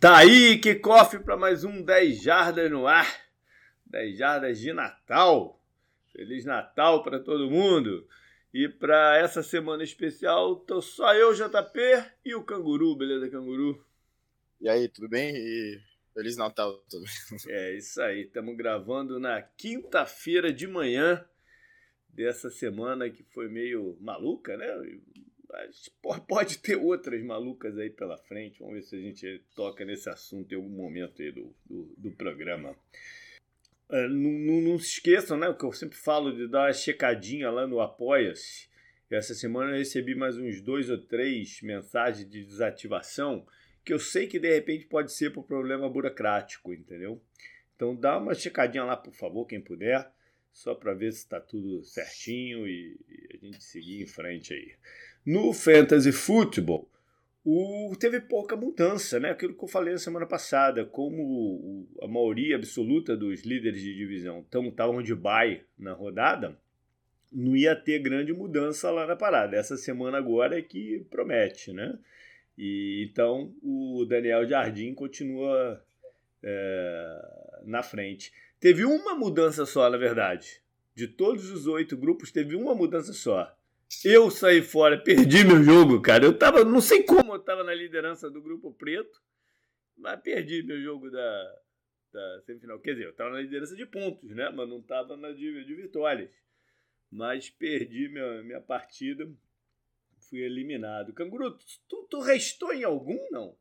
Tá aí, kickoff para mais um 10 Jardas no ar. 10 Jardas de Natal. Feliz Natal para todo mundo. E para essa semana especial, tô só eu, JP, e o Canguru, beleza, Canguru? E aí, tudo bem? E Feliz Natal também. É isso aí, estamos gravando na quinta-feira de manhã dessa semana que foi meio maluca, né? Mas pode ter outras malucas aí pela frente. Vamos ver se a gente toca nesse assunto em algum momento aí do programa. Não se esqueçam, né? O que eu sempre falo de dar uma checadinha lá no Apoia-se. Essa semana eu recebi mais uns 2 ou 3 mensagens de desativação que eu sei que de repente pode ser por problema burocrático, entendeu? Então dá uma checadinha lá, por favor, quem puder, só para ver se está tudo certinho e a gente seguir em frente aí. No Fantasy Football, teve pouca mudança, né? Aquilo que eu falei na semana passada, como a maioria absoluta dos líderes de divisão estavam de bye na rodada, não ia ter grande mudança lá na parada. Essa semana agora é que promete, né? E então o Daniel Jardim continua na frente. Teve uma mudança só, na verdade. De todos os 8 grupos, teve uma mudança só. Eu saí fora, perdi meu jogo, cara. Não sei como eu tava na liderança do grupo preto, mas perdi meu jogo da semifinal. Quer dizer, eu tava na liderança de pontos, né? Mas não tava na de vitórias. Mas perdi minha partida, fui eliminado. Canguru, tu restou em algum, não?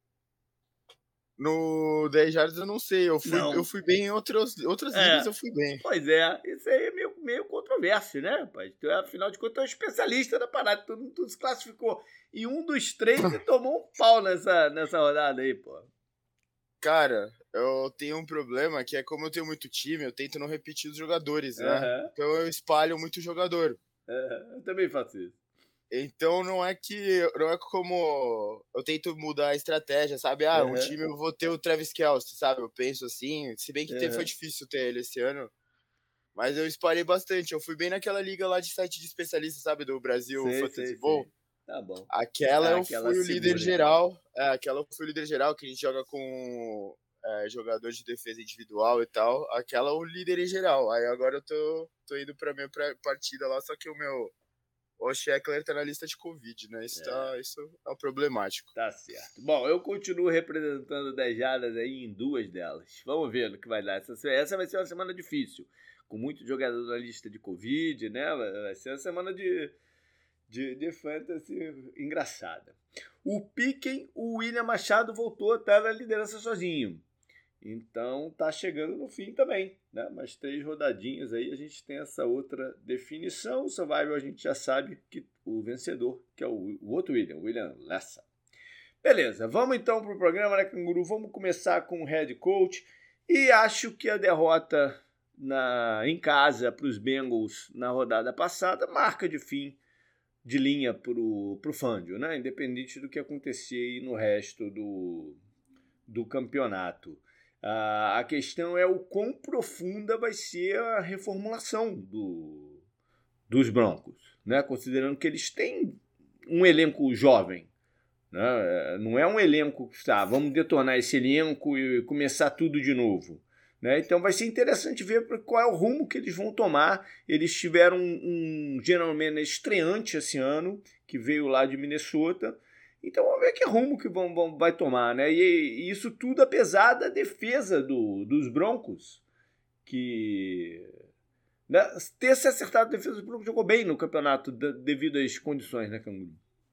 No 10 Jardas eu não sei, eu fui bem em outras ligas, eu fui bem. Pois é, isso aí é meio controverso, né, rapaz? Tu afinal de contas, tu é um especialista da parada, tu se classificou em um dos 3 e tomou um pau nessa rodada aí, pô. Cara, eu tenho um problema que é como eu tenho muito time, eu tento não repetir os jogadores, né? Então eu espalho muito jogador. Eu também faço isso. Então não é como eu tento mudar a estratégia, sabe? Um time eu vou ter o Travis Kelce, sabe? Eu penso assim, se bem que foi difícil ter ele esse ano, mas eu espalhei bastante. Eu fui bem naquela liga lá de site de especialistas, sabe? Do Brasil Fantasy Bowl. Tá bom. Aquela eu fui o líder geral. Aquela eu fui o líder geral, que a gente joga com jogador de defesa individual e tal. Aquela o líder em geral. Aí agora eu tô indo pra minha partida lá, só que o Sheckler tá na lista de Covid, né? Isso é problemático. Tá certo. Bom, eu continuo representando 10 jardas aí em 2 delas. Vamos ver no que vai dar. Essa vai ser uma semana difícil, com muitos jogadores na lista de Covid, né? Vai ser uma semana de fantasy engraçada. O Piquen, o William Machado voltou a estar na liderança sozinho. Então tá chegando no fim também, né? Mais 3 rodadinhas aí a gente tem essa outra definição. O Survival a gente já sabe que o vencedor, que é o outro William Lessa. Beleza, vamos então pro programa, né, Canguru? Vamos começar com o head coach. E acho que a derrota em casa para os Bengals na rodada passada marca de fim de linha pro Fangio, né? Independente do que acontecer aí no resto do campeonato. A questão é o quão profunda vai ser a reformulação dos Broncos, né? Considerando que eles têm um elenco jovem, né? Não é um elenco que vamos detonar esse elenco e começar tudo de novo, né? Então vai ser interessante ver qual é o rumo que eles vão tomar. Eles tiveram um general manager estreante esse ano, que veio lá de Minnesota. Então vamos ver que rumo que vai tomar, né? E isso tudo apesar da defesa dos Broncos, que, né, ter se acertado a defesa dos Broncos, jogou bem no campeonato devido às condições, né, Canguru?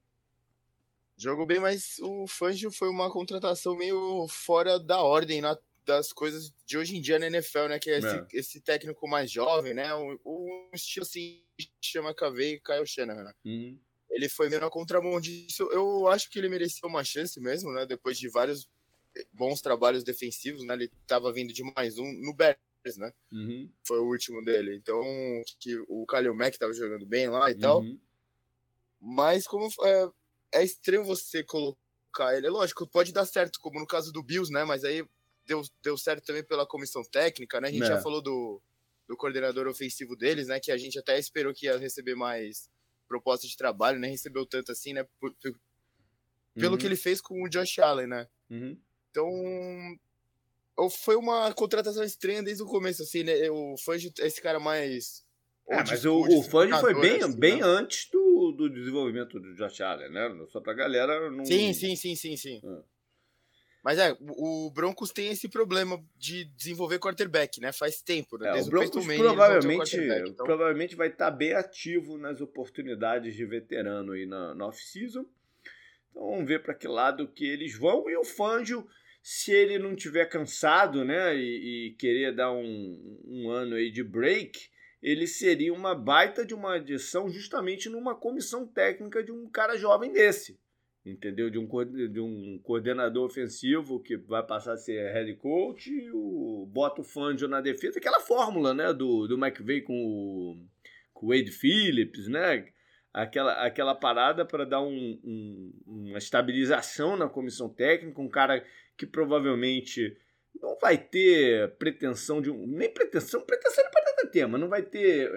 Jogou bem, mas o Fangio foi uma contratação meio fora da ordem das coisas de hoje em dia na NFL, né? Que é esse técnico mais jovem, né? Um estilo assim, chama KV e Kyle Shanahan, né? Uhum. Ele foi meio na contramão disso. Eu acho que ele merecia uma chance mesmo, né? Depois de vários bons trabalhos defensivos, né? Ele estava vindo de mais um no Bears, né? Uhum. Foi o último dele. Então, que o Khalil Mack estava jogando bem lá e tal. Mas como é estranho você colocar ele. É lógico, pode dar certo, como no caso do Bills, né? Mas aí deu certo também pela comissão técnica, né? A gente já falou do coordenador ofensivo deles, né? Que a gente até esperou que ia receber mais proposta de trabalho, nem recebeu tanto assim, né? Pelo que ele fez com o Josh Allen, né? Então, foi uma contratação estranha desde o começo, assim, né? O Fangio é esse cara mais... mas o Fangio foi bem, assim, bem né? antes do desenvolvimento do Josh Allen, né? Só pra galera não... Sim. Mas o Broncos tem esse problema de desenvolver quarterback, né? Faz tempo, né? O Desde Broncos Peyton Manning, eles não têm um provavelmente, quarterback, então... provavelmente vai estar bem ativo nas oportunidades de veterano aí na off-season. Então vamos ver para que lado que eles vão. E o Fangio, se ele não tiver cansado, né, e querer dar um ano aí de break, ele seria uma baita de uma adição justamente numa comissão técnica de um cara jovem desse. Entendeu? De um coordenador ofensivo que vai passar a ser head coach e bota o Fangio na defesa. Aquela fórmula, né, do McVay com o Wade Phillips, né? Aquela parada para dar uma estabilização na comissão técnica, um cara que provavelmente não vai ter pretensão de nem pretensão ele pode ter, mas não vai ter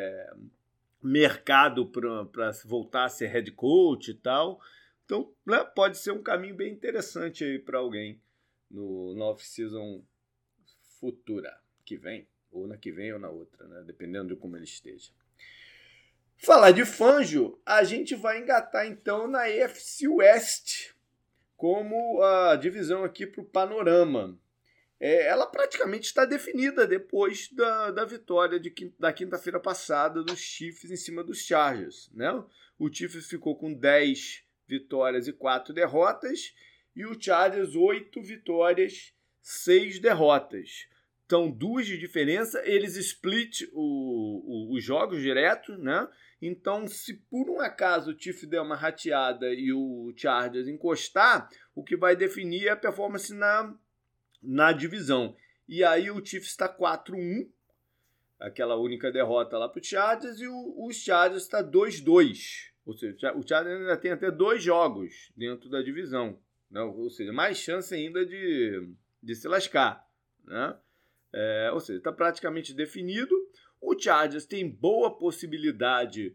mercado para voltar a ser head coach e tal. Então, né, pode ser um caminho bem interessante aí para alguém na off-season futura que vem, ou na que vem ou na outra, né, dependendo de como ele esteja. Falar de Fangio, a gente vai engatar então na AFC West como a divisão aqui para o panorama. Ela praticamente está definida depois da vitória da quinta-feira passada dos Chiefs em cima dos Chargers, né? O Chiefs ficou com 10 vitórias e 4 derrotas e o Chargers 8 vitórias, 6 derrotas. Então, 2 de diferença, eles split os jogos direto, né? Então, se por um acaso o Chiefs der uma rateada e o Chargers encostar, o que vai definir é a performance na divisão. E aí o Chiefs está 4-1, aquela única derrota lá para o Chargers, e o Chargers está 2-2. Ou seja, o Chargers ainda tem até 2 jogos dentro da divisão, né? Ou seja, mais chance ainda de se lascar, né? Ou seja, está praticamente definido. O Chargers tem boa possibilidade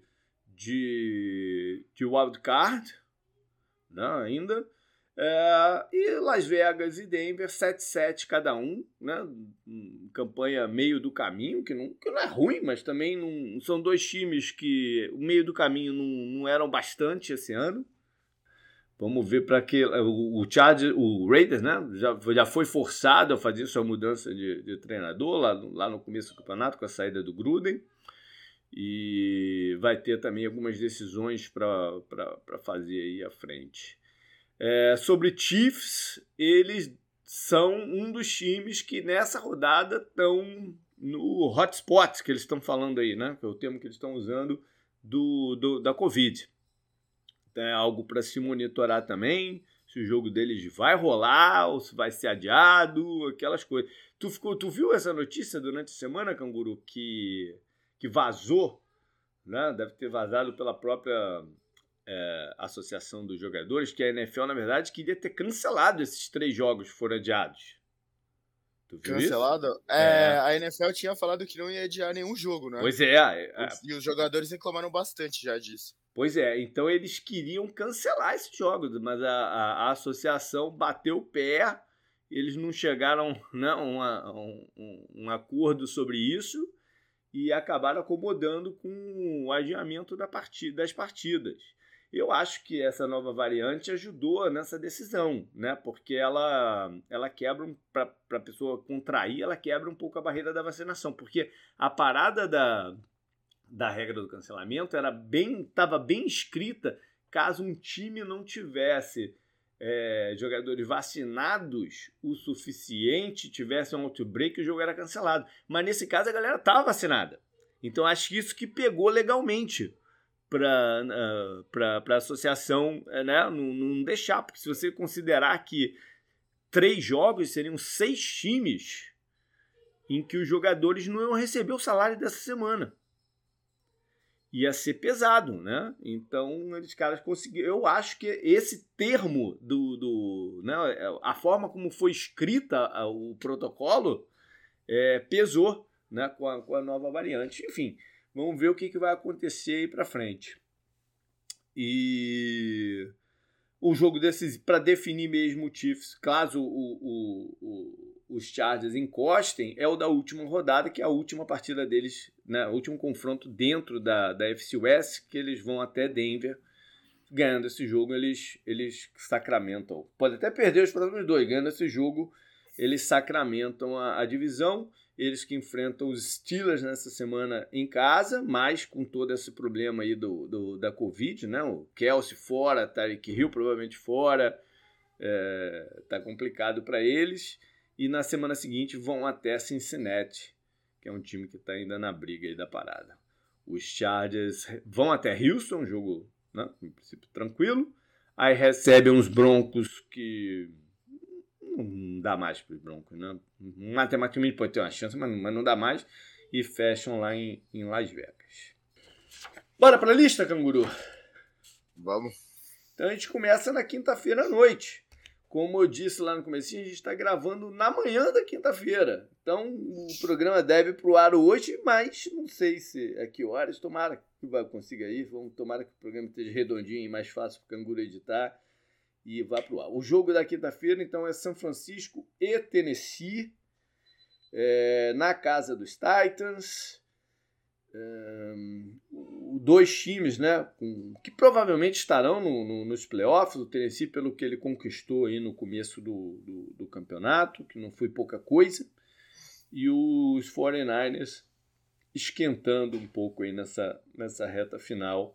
de wildcard, né, ainda. E Las Vegas e Denver, 7-7 cada um, né? Campanha meio do caminho, que não é ruim, mas também não são 2 times que o meio do caminho não eram bastante esse ano. Vamos ver para que o Raiders, né, já foi forçado a fazer sua mudança de treinador lá no começo do campeonato com a saída do Gruden, e vai ter também algumas decisões para fazer aí à frente. Sobre Chiefs, eles são um dos times que nessa rodada estão no hotspot que eles estão falando aí, né, que é o termo que eles estão usando da Covid. É algo para se monitorar também, se o jogo deles vai rolar ou se vai ser adiado, aquelas coisas. Tu viu essa notícia durante a semana, Canguru, que vazou, né? Deve ter vazado pela própria associação dos jogadores, que a NFL, na verdade, queria ter cancelado esses 3 jogos que foram adiados. Tu viu cancelado? Isso? A NFL tinha falado que não ia adiar nenhum jogo, né? Pois é. E os jogadores reclamaram bastante já disso. Pois é, então eles queriam cancelar esses jogos, mas a associação bateu o pé, eles não chegaram, né, a um acordo sobre isso e acabaram acomodando com o adiamento das partidas. Eu acho que essa nova variante ajudou nessa decisão, né, porque ela quebra, para a pessoa contrair, ela quebra um pouco a barreira da vacinação, porque a parada da regra do cancelamento estava bem escrita caso um time não tivesse jogadores vacinados o suficiente, tivesse um outbreak, o jogo era cancelado. Mas nesse caso a galera estava vacinada. Então acho que isso que pegou legalmente para a associação, né, não deixar, porque se você considerar que 3 jogos seriam 6 times em que os jogadores não iam receber o salário dessa semana. Ia ser pesado, né? Então, os caras conseguiram. Eu acho que esse termo né, a forma como foi escrita o protocolo pesou, né, com a nova variante. Enfim, vamos ver o que vai acontecer aí para frente. E o jogo para definir mesmo o Chiefs, caso os Chargers encostem, é o da última rodada, que é a última partida deles, né, o último confronto dentro da FC West, que eles vão até Denver. Ganhando esse jogo, eles sacramentam. Pode até perder os próximos 2. Ganhando esse jogo, eles sacramentam a divisão. Eles que enfrentam os Steelers nessa semana em casa, mas com todo esse problema aí da Covid, né? O Kelce fora, Tyreek Hill provavelmente fora. Tá complicado para eles. E na semana seguinte vão até Cincinnati, que é um time que está ainda na briga aí da parada. Os Chargers vão até Houston, jogo, né, em princípio tranquilo. Aí recebem uns Broncos que não dá mais para os Broncos, né? Matematicamente pode ter uma chance, mas não dá mais. E fecham lá em Las Vegas. Bora para a lista, Canguru? Vamos. Então a gente começa na quinta-feira à noite. Como eu disse lá no comecinho, a gente está gravando na manhã da quinta-feira. Então o programa deve pro ar hoje, mas não sei se a que horas. Tomara que vai consiga ir. Tomara que o programa esteja redondinho e mais fácil para o Canguru editar e vá pro ar. O jogo da quinta-feira, então, é São Francisco e Tennessee, na casa dos Titans. Dois times, né, que provavelmente estarão nos playoffs. O Tennessee, pelo que ele conquistou aí no começo do campeonato, que não foi pouca coisa, e os 49ers esquentando um pouco aí nessa reta final.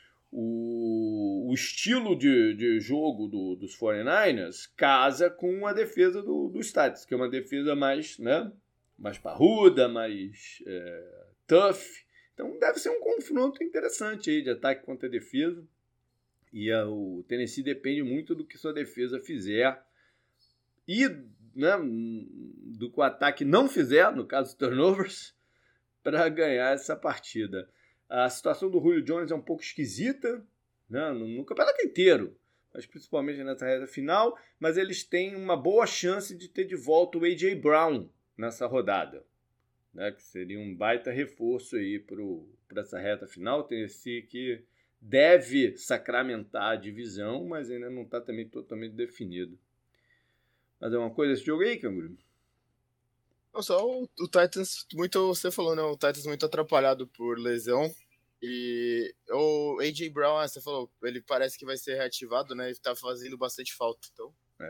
O estilo de jogo dos 49ers casa com a defesa dos Titans, que é uma defesa mais, né, mais parruda, mais tough. Então deve ser um confronto interessante aí de ataque contra defesa. E o Tennessee depende muito do que sua defesa fizer e, né, do que o ataque não fizer, no caso dos turnovers, para ganhar essa partida. A situação do Julio Jones é um pouco esquisita, né, no campeonato inteiro, mas principalmente nessa reta final. Mas eles têm uma boa chance de ter de volta o A.J. Brown nessa rodada, né, que seria um baita reforço aí para essa reta final. O Tennessee que deve sacramentar a divisão, mas ainda não está também totalmente definido. Mas é uma coisa esse jogo aí, Canguru? Não, só o Titans, muito, você falou, né? O Titans muito atrapalhado por lesão. E o A.J. Brown, você falou, ele parece que vai ser reativado, né? Ele tá fazendo bastante falta, então.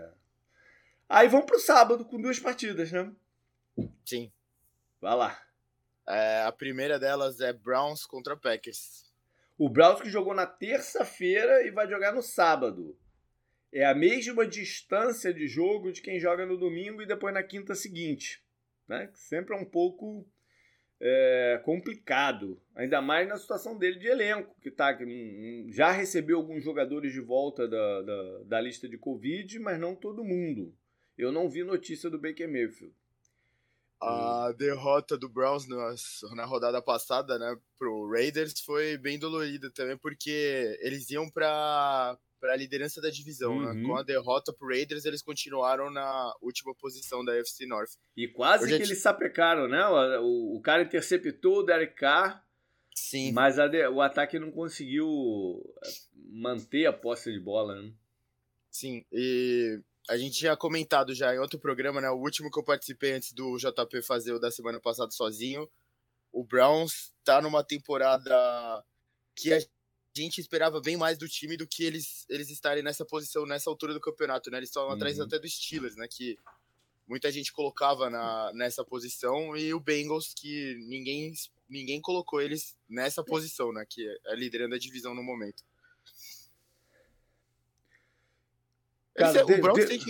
Aí vamos pro sábado com 2 partidas, né? Sim. Vai lá. A primeira delas é Browns contra Packers. O Browns que jogou na terça-feira e vai jogar no sábado. É a mesma distância de jogo de quem joga no domingo e depois na quinta seguinte, né? Que sempre é um pouco complicado. Ainda mais na situação dele de elenco, que já recebeu alguns jogadores de volta da lista de Covid, mas não todo mundo. Eu não vi notícia do Baker Mayfield. A derrota do Browns na rodada passada, né, pro Raiders foi bem dolorida também, porque eles iam para a liderança da divisão, né? Com a derrota pro Raiders, eles continuaram na última posição da AFC North. E quase que eles sapecaram, né? O cara interceptou o Derek Carr. Sim. Mas o ataque não conseguiu manter a posse de bola, né? Sim, e a gente tinha comentado já em outro programa, né? O último que eu participei antes do JP fazer o da semana passada sozinho. O Browns tá numa temporada que a gente esperava bem mais do time do que eles estarem nessa posição, nessa altura do campeonato, né? Eles estão atrás até dos Steelers, né? Que muita gente colocava nessa posição, e o Bengals, que ninguém colocou eles nessa posição, né? Que é liderando a divisão no momento. Cara, o Browns tem que...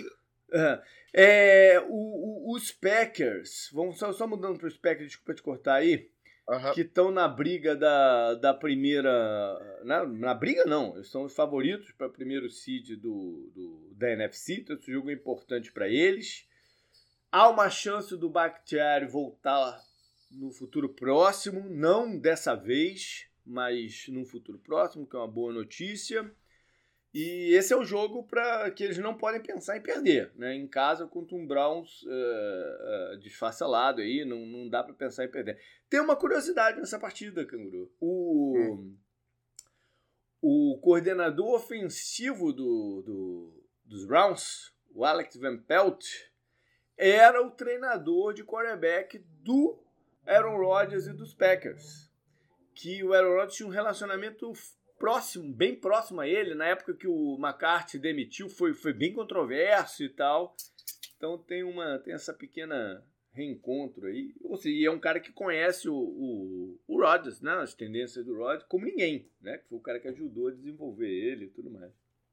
os Packers, vamos só mudando para os Packers, desculpa te cortar aí, que estão na briga da primeira... Na briga não, eles são os favoritos para o primeiro seed da NFC, então esse jogo é importante para eles. Há uma chance do Bakhtiari voltar no futuro próximo, não dessa vez, mas no futuro próximo, que é uma boa notícia. E esse é o jogo para que eles não podem pensar em perder, né? Em casa contra um Browns desfacelado aí, não dá para pensar em perder. Tem uma curiosidade nessa partida, Canguru. o coordenador ofensivo dos Browns, o Alex Van Pelt, era o treinador de quarterback do Aaron Rodgers e dos Packers. Que o Aaron Rodgers tinha um relacionamento próximo, bem próximo a ele. Na época que o McCarthy demitiu, foi bem controverso e tal. Então tem essa pequena reencontro aí. Ou seja, e é um cara que conhece o Rodgers, né? As tendências do Rodgers, como ninguém, né? Que foi o cara que ajudou a desenvolver ele e tudo mais.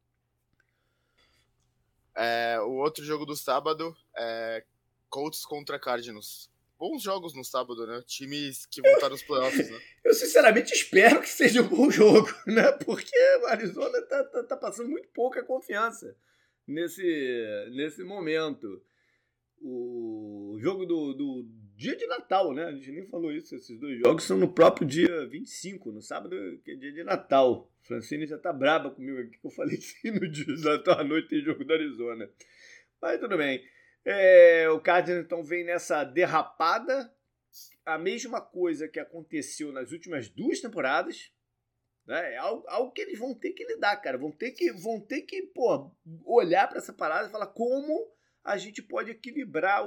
O outro jogo do sábado é Colts contra Cardinals. Bons jogos no sábado, né? Times que voltaram aos playoffs, né? Eu sinceramente espero que seja um bom jogo, né? Porque o Arizona tá passando muito pouca confiança nesse momento. O jogo do dia de Natal, né? A gente nem falou isso. Esses dois jogos são no próprio dia 25, no sábado, que é dia de Natal. A Francine já tá braba comigo aqui, que eu falei assim no dia de Natal à noite tem jogo do Arizona. Mas tudo bem. O Cardinals então vem nessa derrapada, a mesma coisa que aconteceu nas últimas 2 temporadas, né? É algo que eles vão ter que lidar, cara. Vão ter que olhar para essa parada e falar como a gente pode equilibrar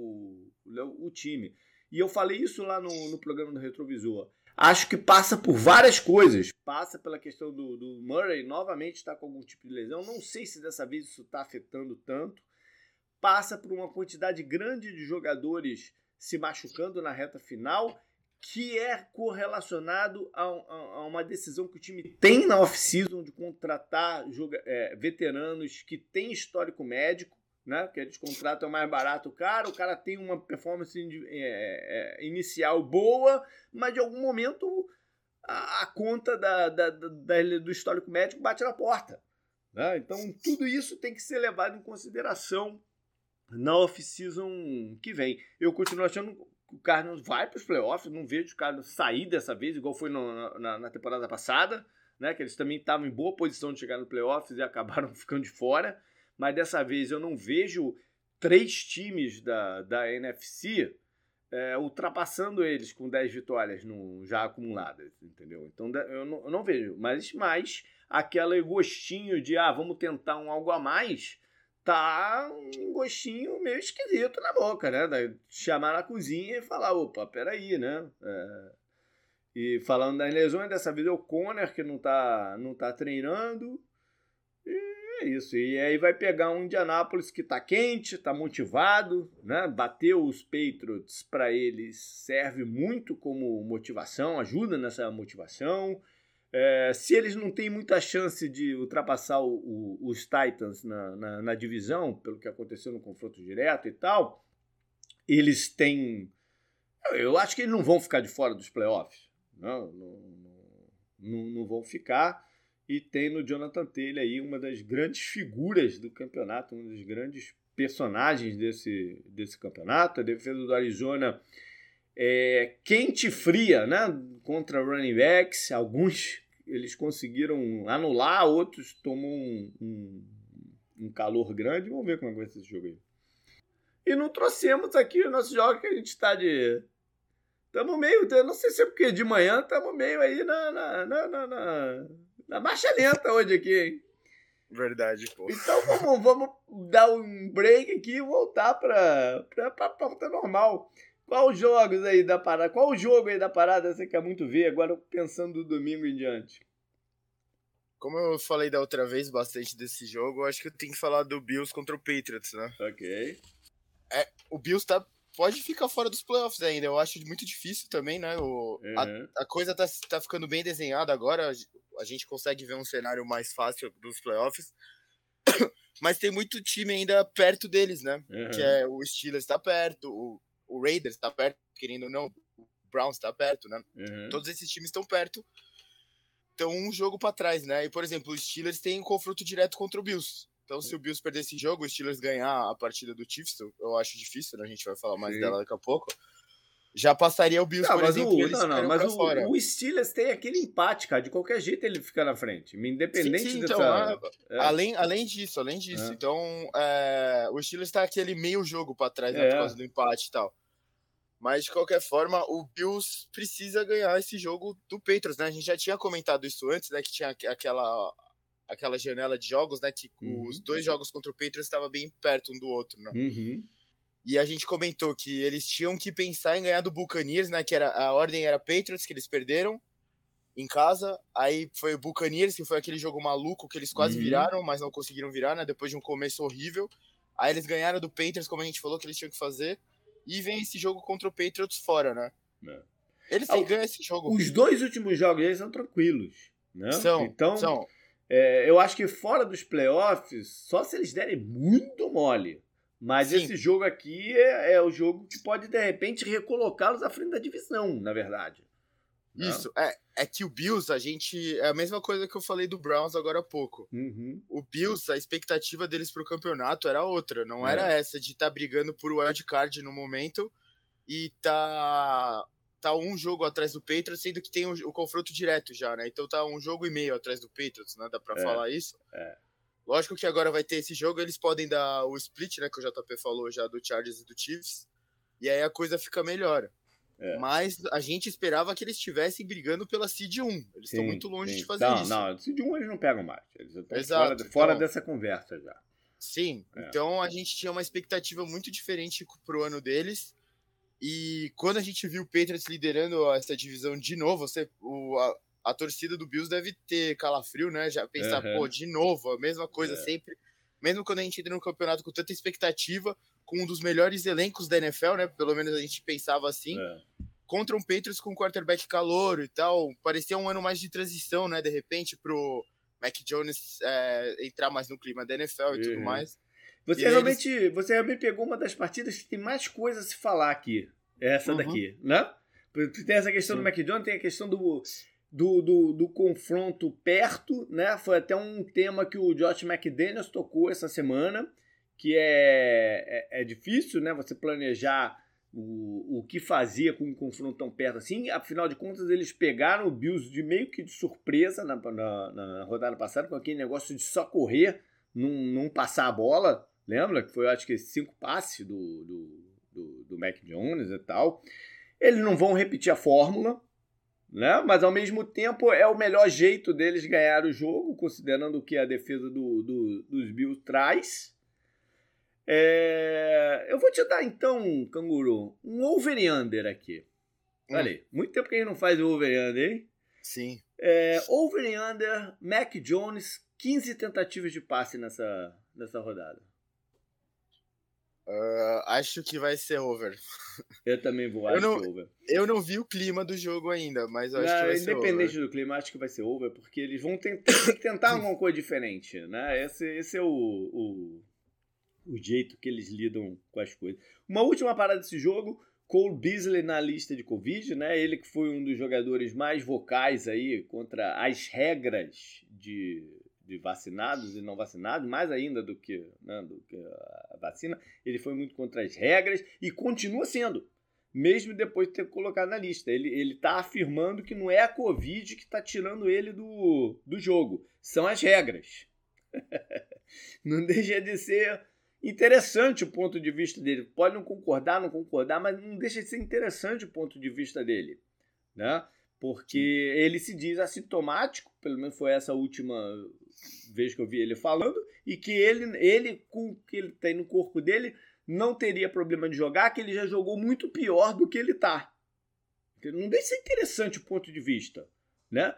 o time. E eu falei isso lá no programa do Retrovisor. Acho que passa por várias coisas. Passa pela questão do Murray novamente estar com algum tipo de lesão. Não sei se dessa vez isso está afetando tanto. Passa por uma quantidade grande de jogadores se machucando na reta final, que é correlacionado a uma decisão que o time tem na off-season de contratar veteranos que têm histórico médico, né? Que eles contratam mais barato o cara tem uma performance inicial boa, mas de algum momento a conta do histórico médico bate na porta, né? Então tudo isso tem que ser levado em consideração na off-season que vem. Eu continuo achando que o Cardinals vai para os playoffs, não vejo o Cardinals sair dessa vez, igual foi na temporada passada, né? Que eles também estavam em boa posição de chegar no playoffs e acabaram ficando de fora, mas dessa vez eu não vejo 3 times da NFC ultrapassando eles com 10 vitórias já acumuladas, entendeu? Então eu não vejo, mas aquele gostinho de vamos tentar algo a mais, tá um gostinho meio esquisito na boca, né? Chamar na cozinha e falar, opa, peraí, né? E falando das lesões, dessa vez é o Conner que não tá treinando. E é isso. E aí vai pegar um Indianapolis que tá quente, tá motivado, né? Bateu os Patriots para eles serve muito como motivação, ajuda nessa motivação. Se eles não têm muita chance de ultrapassar os Titans na divisão, pelo que aconteceu no confronto direto e tal, eles têm... Eu acho que eles não vão ficar de fora dos playoffs. Não vão ficar. E tem no Jonathan Taylor aí uma das grandes figuras do campeonato, um dos grandes personagens desse campeonato. A defesa do Arizona quente e fria, né? Contra running backs. Alguns eles conseguiram anular, outros tomam um calor grande. Vamos ver como é que vai ser esse jogo aí. E não trouxemos aqui o nosso jogo que a gente está de... Estamos meio... Eu não sei se é porque de manhã estamos meio aí na marcha lenta hoje aqui, hein? Verdade, pô. Então vamos dar um break aqui e voltar para pauta normal. Qual jogo aí da parada você quer muito ver, agora pensando do domingo em diante? Como eu falei da outra vez bastante desse jogo, eu acho que eu tenho que falar do Bills contra o Patriots, né? Ok. O Bills pode ficar fora dos playoffs ainda, eu acho muito difícil também, né? A coisa tá ficando bem desenhada agora, a gente consegue ver um cenário mais fácil dos playoffs, mas tem muito time ainda perto deles, né? Que o Steelers tá perto, o Raiders tá perto, querendo ou não, o Browns tá perto, né? Todos esses times estão perto, estão um jogo para trás, né? E, por exemplo, os Steelers têm um confronto direto contra o Bills. Então, se o Bills perder esse jogo, o Steelers ganhar a partida do Chiefs, eu acho difícil, né? A gente vai falar mais dela daqui a pouco. Já passaria o Bills, por exemplo, mas o Steelers tem aquele empate, cara. De qualquer jeito ele fica na frente. Independente dessa... Além disso. Então, o Steelers tá aquele meio jogo pra trás, né, por causa do empate e tal. Mas, de qualquer forma, o Bills precisa ganhar esse jogo do Patriots, né? A gente já tinha comentado isso antes, né? Que tinha aquela janela de jogos, né? Que os 2 jogos contra o Patriots estavam bem perto um do outro, né? E a gente comentou que eles tinham que pensar em ganhar do Buccaneers, né? Que a ordem era Patriots, que eles perderam em casa. Aí foi o Buccaneers, que foi aquele jogo maluco que eles quase viraram, mas não conseguiram virar, né? Depois de um começo horrível. Aí eles ganharam do Patriots, como a gente falou, que eles tinham que fazer. E vem esse jogo contra o Patriots fora, né? Eles têm que ganhar esse jogo. Os 2 últimos jogos deles são tranquilos, né? São. Eu acho que fora dos playoffs, só se eles derem muito mole. Mas sim, esse jogo aqui é o jogo que pode, de repente, recolocá-los à frente da divisão, na verdade. Isso. É que o Bills, é a mesma coisa que eu falei do Browns agora há pouco. O Bills, a expectativa deles pro campeonato era outra. Não era essa de estar brigando por wildcard no momento e tá um jogo atrás do Patriots, sendo que tem o confronto direto já, né? Então tá 1,5 jogo atrás do Patriots, né? Dá pra falar isso? Lógico que agora vai ter esse jogo, eles podem dar o split, né? Que o JP falou já do Chargers e do Chiefs. E aí a coisa fica melhor. Mas a gente esperava que eles estivessem brigando pela Seed 1. Eles estão muito longe de fazer isso. Não, Seed 1 eles não pegam mais. Eles estão fora dessa conversa já. Sim, então a gente tinha uma expectativa muito diferente pro ano deles. E quando a gente viu o Patriots liderando essa divisão de novo, a torcida do Bills deve ter calafrio, né? Já pensar, de novo, a mesma coisa sempre. Mesmo quando a gente entra no campeonato com tanta expectativa, com um dos melhores elencos da NFL, né? Pelo menos a gente pensava assim. Contra um Patriots com um quarterback calouro e tal. Parecia um ano mais de transição, né? De repente, pro Mac Jones entrar mais no clima da NFL e tudo mais. Você realmente pegou uma das partidas que tem mais coisa a se falar aqui. Essa daqui, né? Tem essa questão do Mac Jones, tem a questão do confronto perto, né? Foi até um tema que o Josh McDaniels tocou essa semana, que é difícil, né? Você planejar o que fazia com um confronto tão perto assim. Afinal de contas, eles pegaram o Bills de meio que de surpresa na rodada passada, com aquele negócio de só correr, não passar a bola. Lembra? Que foi, acho que, 5 passes do Mac Jones e tal. Eles não vão repetir a fórmula, né? Mas, ao mesmo tempo, é o melhor jeito deles ganhar o jogo, considerando o que a defesa dos Bills traz. Eu vou te dar, então, Canguru, um over e under aqui. Olha aí, muito tempo que a gente não faz o over e under, hein? Sim. Over e under, Mac Jones, 15 tentativas de passe nessa rodada. Acho que vai ser over. Eu também vou, acho que over. Eu não vi o clima do jogo ainda, mas eu acho que vai ser over. Independente do clima, acho que vai ser over, porque eles vão tentar alguma coisa diferente, né? Esse é o jeito que eles lidam com as coisas. Uma última parada desse jogo, Cole Beasley na lista de Covid, né? Ele que foi um dos jogadores mais vocais aí contra as regras de vacinados e não vacinados, mais ainda do que a vacina. Ele foi muito contra as regras e continua sendo, mesmo depois de ter colocado na lista. Ele está afirmando que não é a Covid que está tirando ele do jogo, são as regras. Não deixa de ser interessante o ponto de vista dele. Pode não concordar, mas não deixa de ser interessante o ponto de vista dele, né? Porque ele se diz assintomático, pelo menos foi essa última vez que eu vi ele falando, e que ele com o que ele tem no corpo dele, não teria problema de jogar, que ele já jogou muito pior do que ele tá. Não deixa de ser interessante o ponto de vista, né?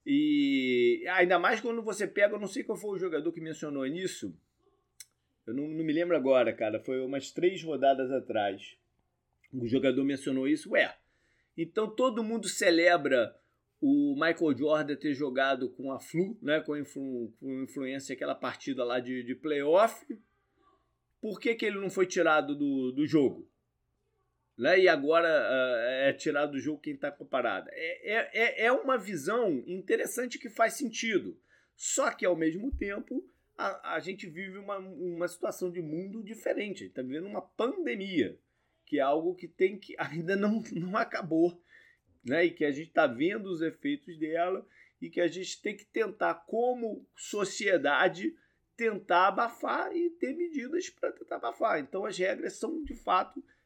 E ainda mais quando você pega, eu não sei qual foi o jogador que mencionou nisso, eu não me lembro agora, cara, foi umas 3 rodadas atrás. O jogador mencionou isso, então todo mundo celebra o Michael Jordan ter jogado com a flu, né, com influência aquela partida lá de playoff. Por que ele não foi tirado do jogo? Né? E agora é tirado do jogo quem está comparado. É uma visão interessante que faz sentido. Só que, ao mesmo tempo, a gente vive uma situação de mundo diferente. A gente está vivendo uma pandemia, que é algo que ainda não acabou, né? E que a gente está vendo os efeitos dela e que a gente tem que tentar, como sociedade, tentar abafar e ter medidas para tentar abafar. Então, as regras são, de fato,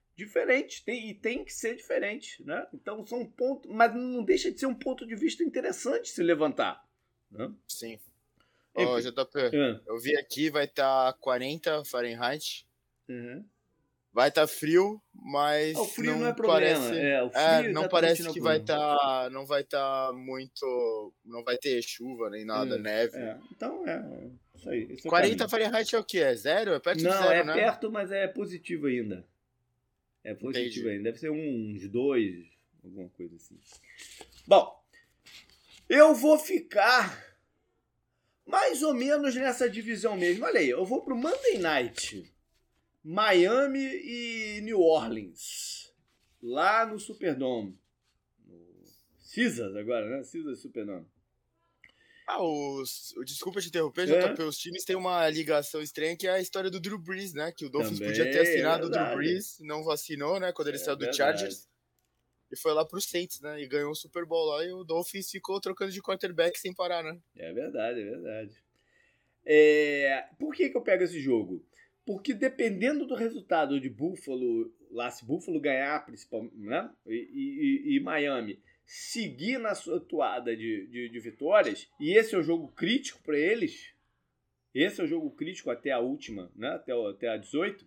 diferentes, e tem que ser diferente, né? Então são pontos, mas não deixa de ser um ponto de vista interessante se levantar, né? Sim. Ó, JP, eu vi aqui, vai estar 40 Fahrenheit. Uhum. Vai estar frio, mas o frio não é parece, problema. O frio não parece que vai estar, não vai estar muito, não vai ter chuva nem nada, neve. Então isso aí. Esse 40 Fahrenheit é o que? É zero? É perto de zero, não, né? é perto, mas é positivo ainda. É positivo ainda. Deve ser uns 2, alguma coisa assim. Bom, eu vou ficar mais ou menos nessa divisão mesmo. Olha aí, eu vou pro Monday Night. Miami e New Orleans. Lá no Superdome. No Caesars agora, né? Caesars Superdome. Desculpa te interromper, JP. Os times têm uma ligação estranha que é a história do Drew Brees, né? Que o Dolphins podia ter assinado o Drew Brees, não vacinou, né? Quando ele saiu do Chargers. E foi lá pro Saints, né? E ganhou um Super Bowl lá e o Dolphins ficou trocando de quarterback sem parar, né? É verdade. Por que eu pego esse jogo? Porque dependendo do resultado de Buffalo, lá se Buffalo ganhar, principalmente, né? E Miami seguir na sua toada de vitórias, e esse é o jogo crítico para eles, esse é o jogo crítico até a última, né? Até a 18.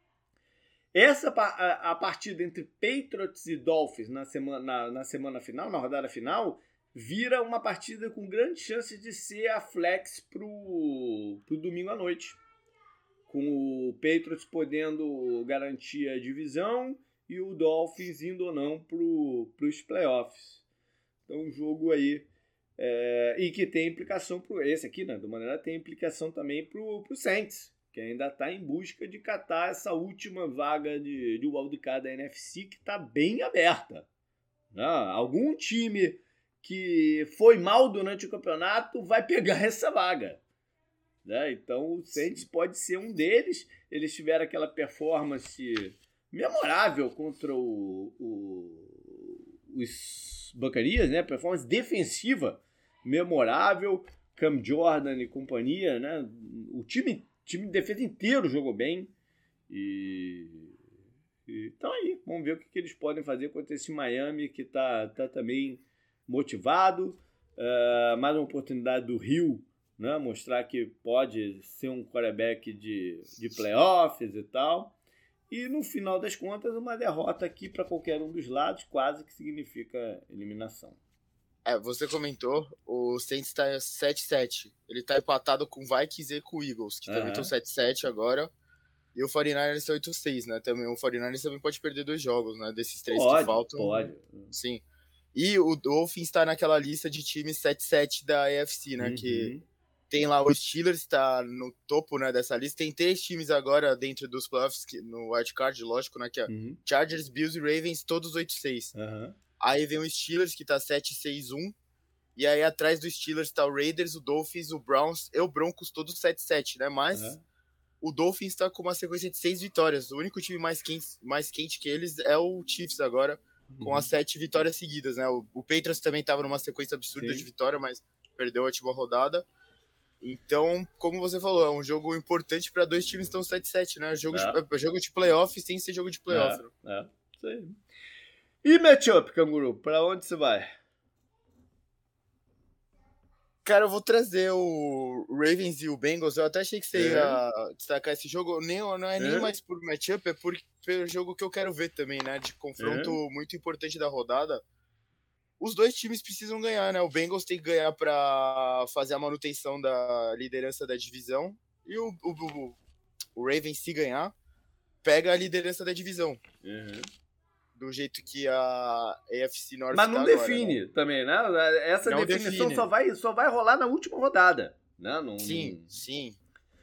A partida entre Patriots e Dolphins na semana final, na rodada final, vira uma partida com grande chance de ser a flex pro domingo à noite. Com o Patriots podendo garantir a divisão e o Dolphins indo ou não para os playoffs. Então, um jogo aí e que tem implicação esse aqui, né? De maneira tem implicação também para o Saints, que ainda está em busca de catar essa última vaga de wildcard da NFC, que está bem aberta. Algum time que foi mal durante o campeonato vai pegar essa vaga. Então o Saints pode ser um deles. Eles tiveram aquela performance memorável contra os Buccaneers, né? Performance defensiva memorável. Cam Jordan e companhia, né? O time de defesa inteiro jogou bem. Então aí, vamos ver o que eles podem fazer contra esse Miami que tá também motivado. Mais uma oportunidade do Hill, né? Mostrar que pode ser um quarterback de playoffs e tal. E no final das contas, uma derrota aqui para qualquer um dos lados, quase que significa eliminação. Você comentou, o Saints está 7-7. Ele está empatado com Vikings e com Eagles, que também estão 7-7 agora. E o 49ers está 8-6, né? Também, o 49ers também pode perder 2 jogos, né? Desses 3 que faltam. Pode. Sim. E o Dolphins está naquela lista de times 7-7 da AFC, né? Que tem lá o Steelers, está no topo, né, dessa lista. Tem 3 times agora dentro dos playoffs, no wildcard, lógico, né? Que é Chargers, Bills e Ravens, todos 8-6. Aí vem o Steelers, que tá 7-6-1. E aí atrás do Steelers tá o Raiders, o Dolphins, o Browns e o Broncos, todos 7-7, né? Mas o Dolphins tá com uma sequência de 6 vitórias. O único time mais quente que eles é o Chiefs agora, com as 7 vitórias seguidas, né? O Patriots também tava numa sequência absurda de vitória, mas perdeu a última rodada. Então, como você falou, é um jogo importante para 2 times que estão 7-7, né? Jogo de playoff sem ser jogo de playoff. Isso aí. E matchup, Canguru? Pra onde você vai? Cara, eu vou trazer o Ravens e o Bengals. Eu até achei que você ia destacar esse jogo. Não é nem mais por matchup, é pelo jogo que eu quero ver também, né? De confronto muito importante da rodada. Os 2 times precisam ganhar, né? O Bengals tem que ganhar para fazer a manutenção da liderança da divisão. E o Ravens, se ganhar, pega a liderança da divisão. Do jeito que a AFC North Mas não define agora, né? também, né? Essa não definição define. Só vai rolar na última rodada. Né? Sim.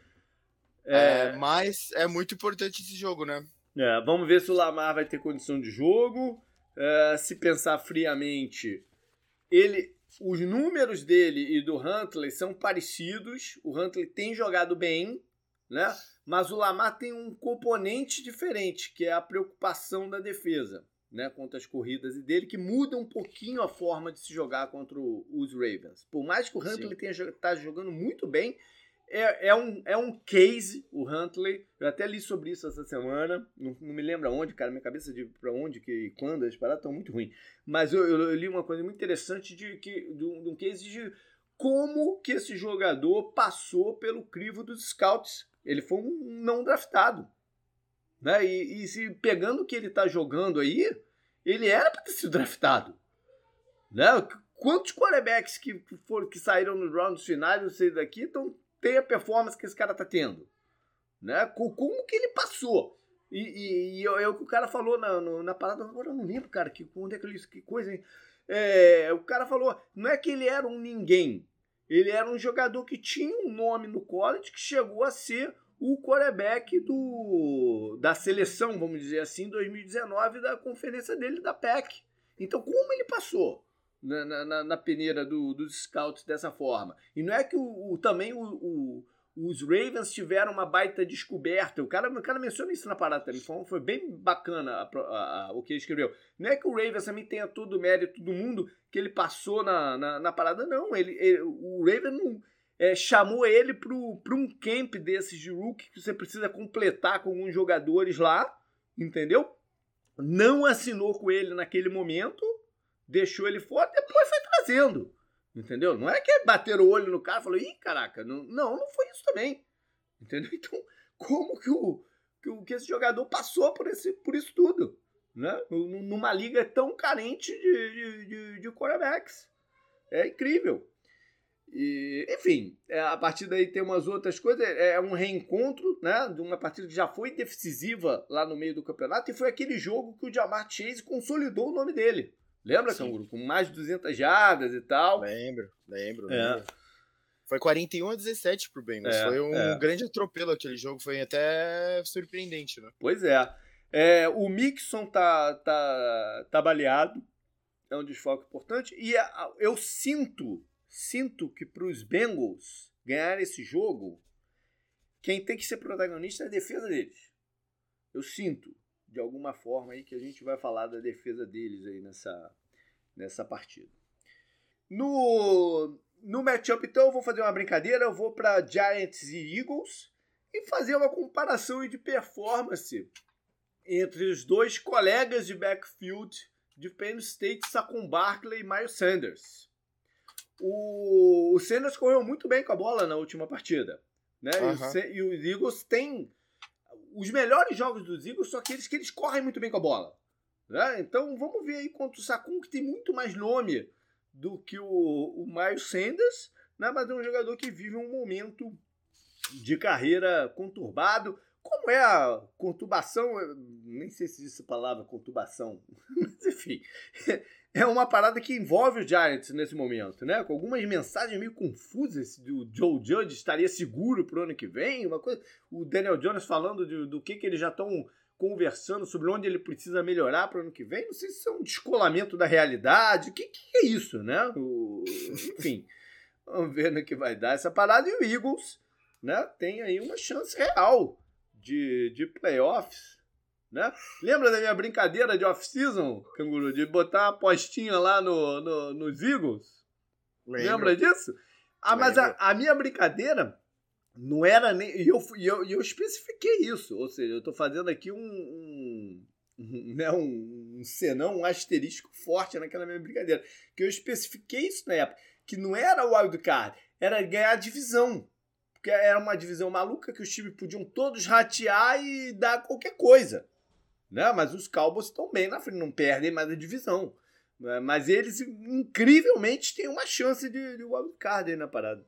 Mas é muito importante esse jogo, né? Vamos ver se o Lamar vai ter condição de jogo. Se pensar friamente, os números dele e do Huntley são parecidos. O Huntley tem jogado bem, né? Mas o Lamar tem um componente diferente, que é a preocupação da defesa, né, contra as corridas dele, que muda um pouquinho a forma de se jogar contra os Ravens. Por mais que o Huntley tá jogando muito bem, é um case, o Huntley. Eu até li sobre isso essa semana. Não me lembro aonde, cara. Minha cabeça de pra onde e quando, as paradas estão muito ruins. Mas eu li uma coisa muito interessante de um case de como que esse jogador passou pelo crivo dos scouts. Ele foi um não draftado. Né? E se pegando o que ele tá jogando aí, ele era para ter sido draftado. Né? Quantos quarterbacks que saíram nos rounds finais, não sei daqui, tem a performance que esse cara tá tendo. Né? Como que ele passou? E é o que o cara falou na parada, agora eu não lembro, cara, onde é que eu li isso, que coisa, hein? O cara falou, não é que ele era um ninguém, ele era um jogador que tinha um nome no college que chegou a ser o quarterback da seleção, vamos dizer assim, 2019, da conferência dele da PAC. Então, como ele passou na peneira dos scouts dessa forma? E não é que também os Ravens tiveram uma baita descoberta. O cara menciona isso na parada também. Foi bem bacana o que ele escreveu. Não é que o Ravens também tenha todo o mérito do mundo que ele passou na parada, não. O Ravens não... chamou ele para um camp desses de rookie que você precisa completar com alguns jogadores lá, entendeu? Não assinou com ele naquele momento, deixou ele fora, depois foi trazendo, entendeu? Não é que bateram o olho no cara e falou, ih, caraca, não foi isso também, entendeu? Então, como que esse jogador passou por isso tudo, né? Numa liga tão carente de quarterbacks? É incrível. E, enfim, a partir daí tem umas outras coisas, é um reencontro, né, de uma partida que já foi decisiva lá no meio do campeonato, e foi aquele jogo que o Ja'Marr Chase consolidou o nome dele. Lembra, Canguru? Com mais de 200 jardas e tal. Lembro. Foi 41-17 pro Bengals, foi um grande atropelo aquele jogo, foi até surpreendente, né? Pois é. O Mixon tá baleado, é um desfalque importante, e eu sinto que para os Bengals ganhar esse jogo, quem tem que ser protagonista é a defesa deles. Eu sinto, de alguma forma, aí que a gente vai falar da defesa deles aí nessa partida. No matchup, então, eu vou fazer uma brincadeira, eu vou para Giants e Eagles e fazer uma comparação de performance entre os dois colegas de backfield de Penn State, Saquon Barkley e Miles Sanders. O Sanders correu muito bem com a bola na última partida, né? E os Eagles têm os melhores jogos dos Eagles são aqueles que eles correm muito bem com a bola, né? Então vamos ver aí contra o Saquon, que tem muito mais nome do que o Miles Sanders, né? Mas é um jogador que vive um momento de carreira conturbado. Como é a conturbação? Nem sei se existe a palavra conturbação, mas enfim, é uma parada que envolve o Giants nesse momento, né? Com algumas mensagens meio confusas do Joe Judge estaria seguro pro ano que vem, uma coisa, o Daniel Jones falando do que eles já estão conversando sobre onde ele precisa melhorar pro ano que vem. Não sei se é um descolamento da realidade, o que é isso, né? Enfim, vamos ver no que vai dar essa parada. E o Eagles, né, tem aí uma chance real de playoffs, né? Lembra da minha brincadeira de off-season, Canguru? De botar uma apostinha lá nos Eagles? Lembra disso? Mas a minha brincadeira não era nem... E eu especifiquei isso. Ou seja, eu tô fazendo aqui um senão, um asterisco forte naquela minha brincadeira. Que eu especifiquei isso na época. Que não era o wildcard, era ganhar a divisão. Porque era uma divisão maluca que os times podiam todos ratear e dar qualquer coisa, né? Mas os Cowboys estão bem na frente, não perdem mais a divisão, né? Mas eles, incrivelmente, têm uma chance de wildcard aí na parada.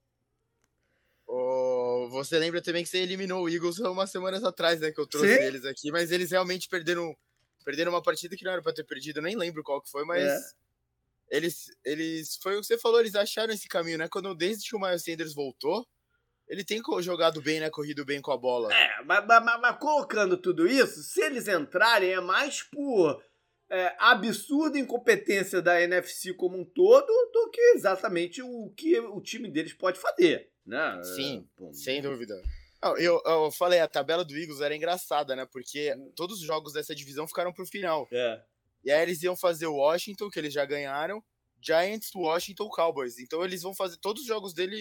Você lembra também que você eliminou o Eagles umas semanas atrás, né? Que eu trouxe eles aqui, mas eles realmente perderam uma partida que não era pra ter perdido, eu nem lembro qual que foi, mas... Eles foi o que você falou, eles acharam esse caminho, né? Desde que o Miles Sanders voltou, ele tem jogado bem, né? Corrido bem com a bola. Mas colocando tudo isso, se eles entrarem, é mais por absurda incompetência da NFC como um todo do que exatamente o que o time deles pode fazer, né? Sim, sem dúvida. Eu falei, a tabela do Eagles era engraçada, né? Porque todos os jogos dessa divisão ficaram pro final. E aí eles iam fazer o Washington, que eles já ganharam, Giants, Washington, Cowboys. Então eles vão fazer todos os jogos deles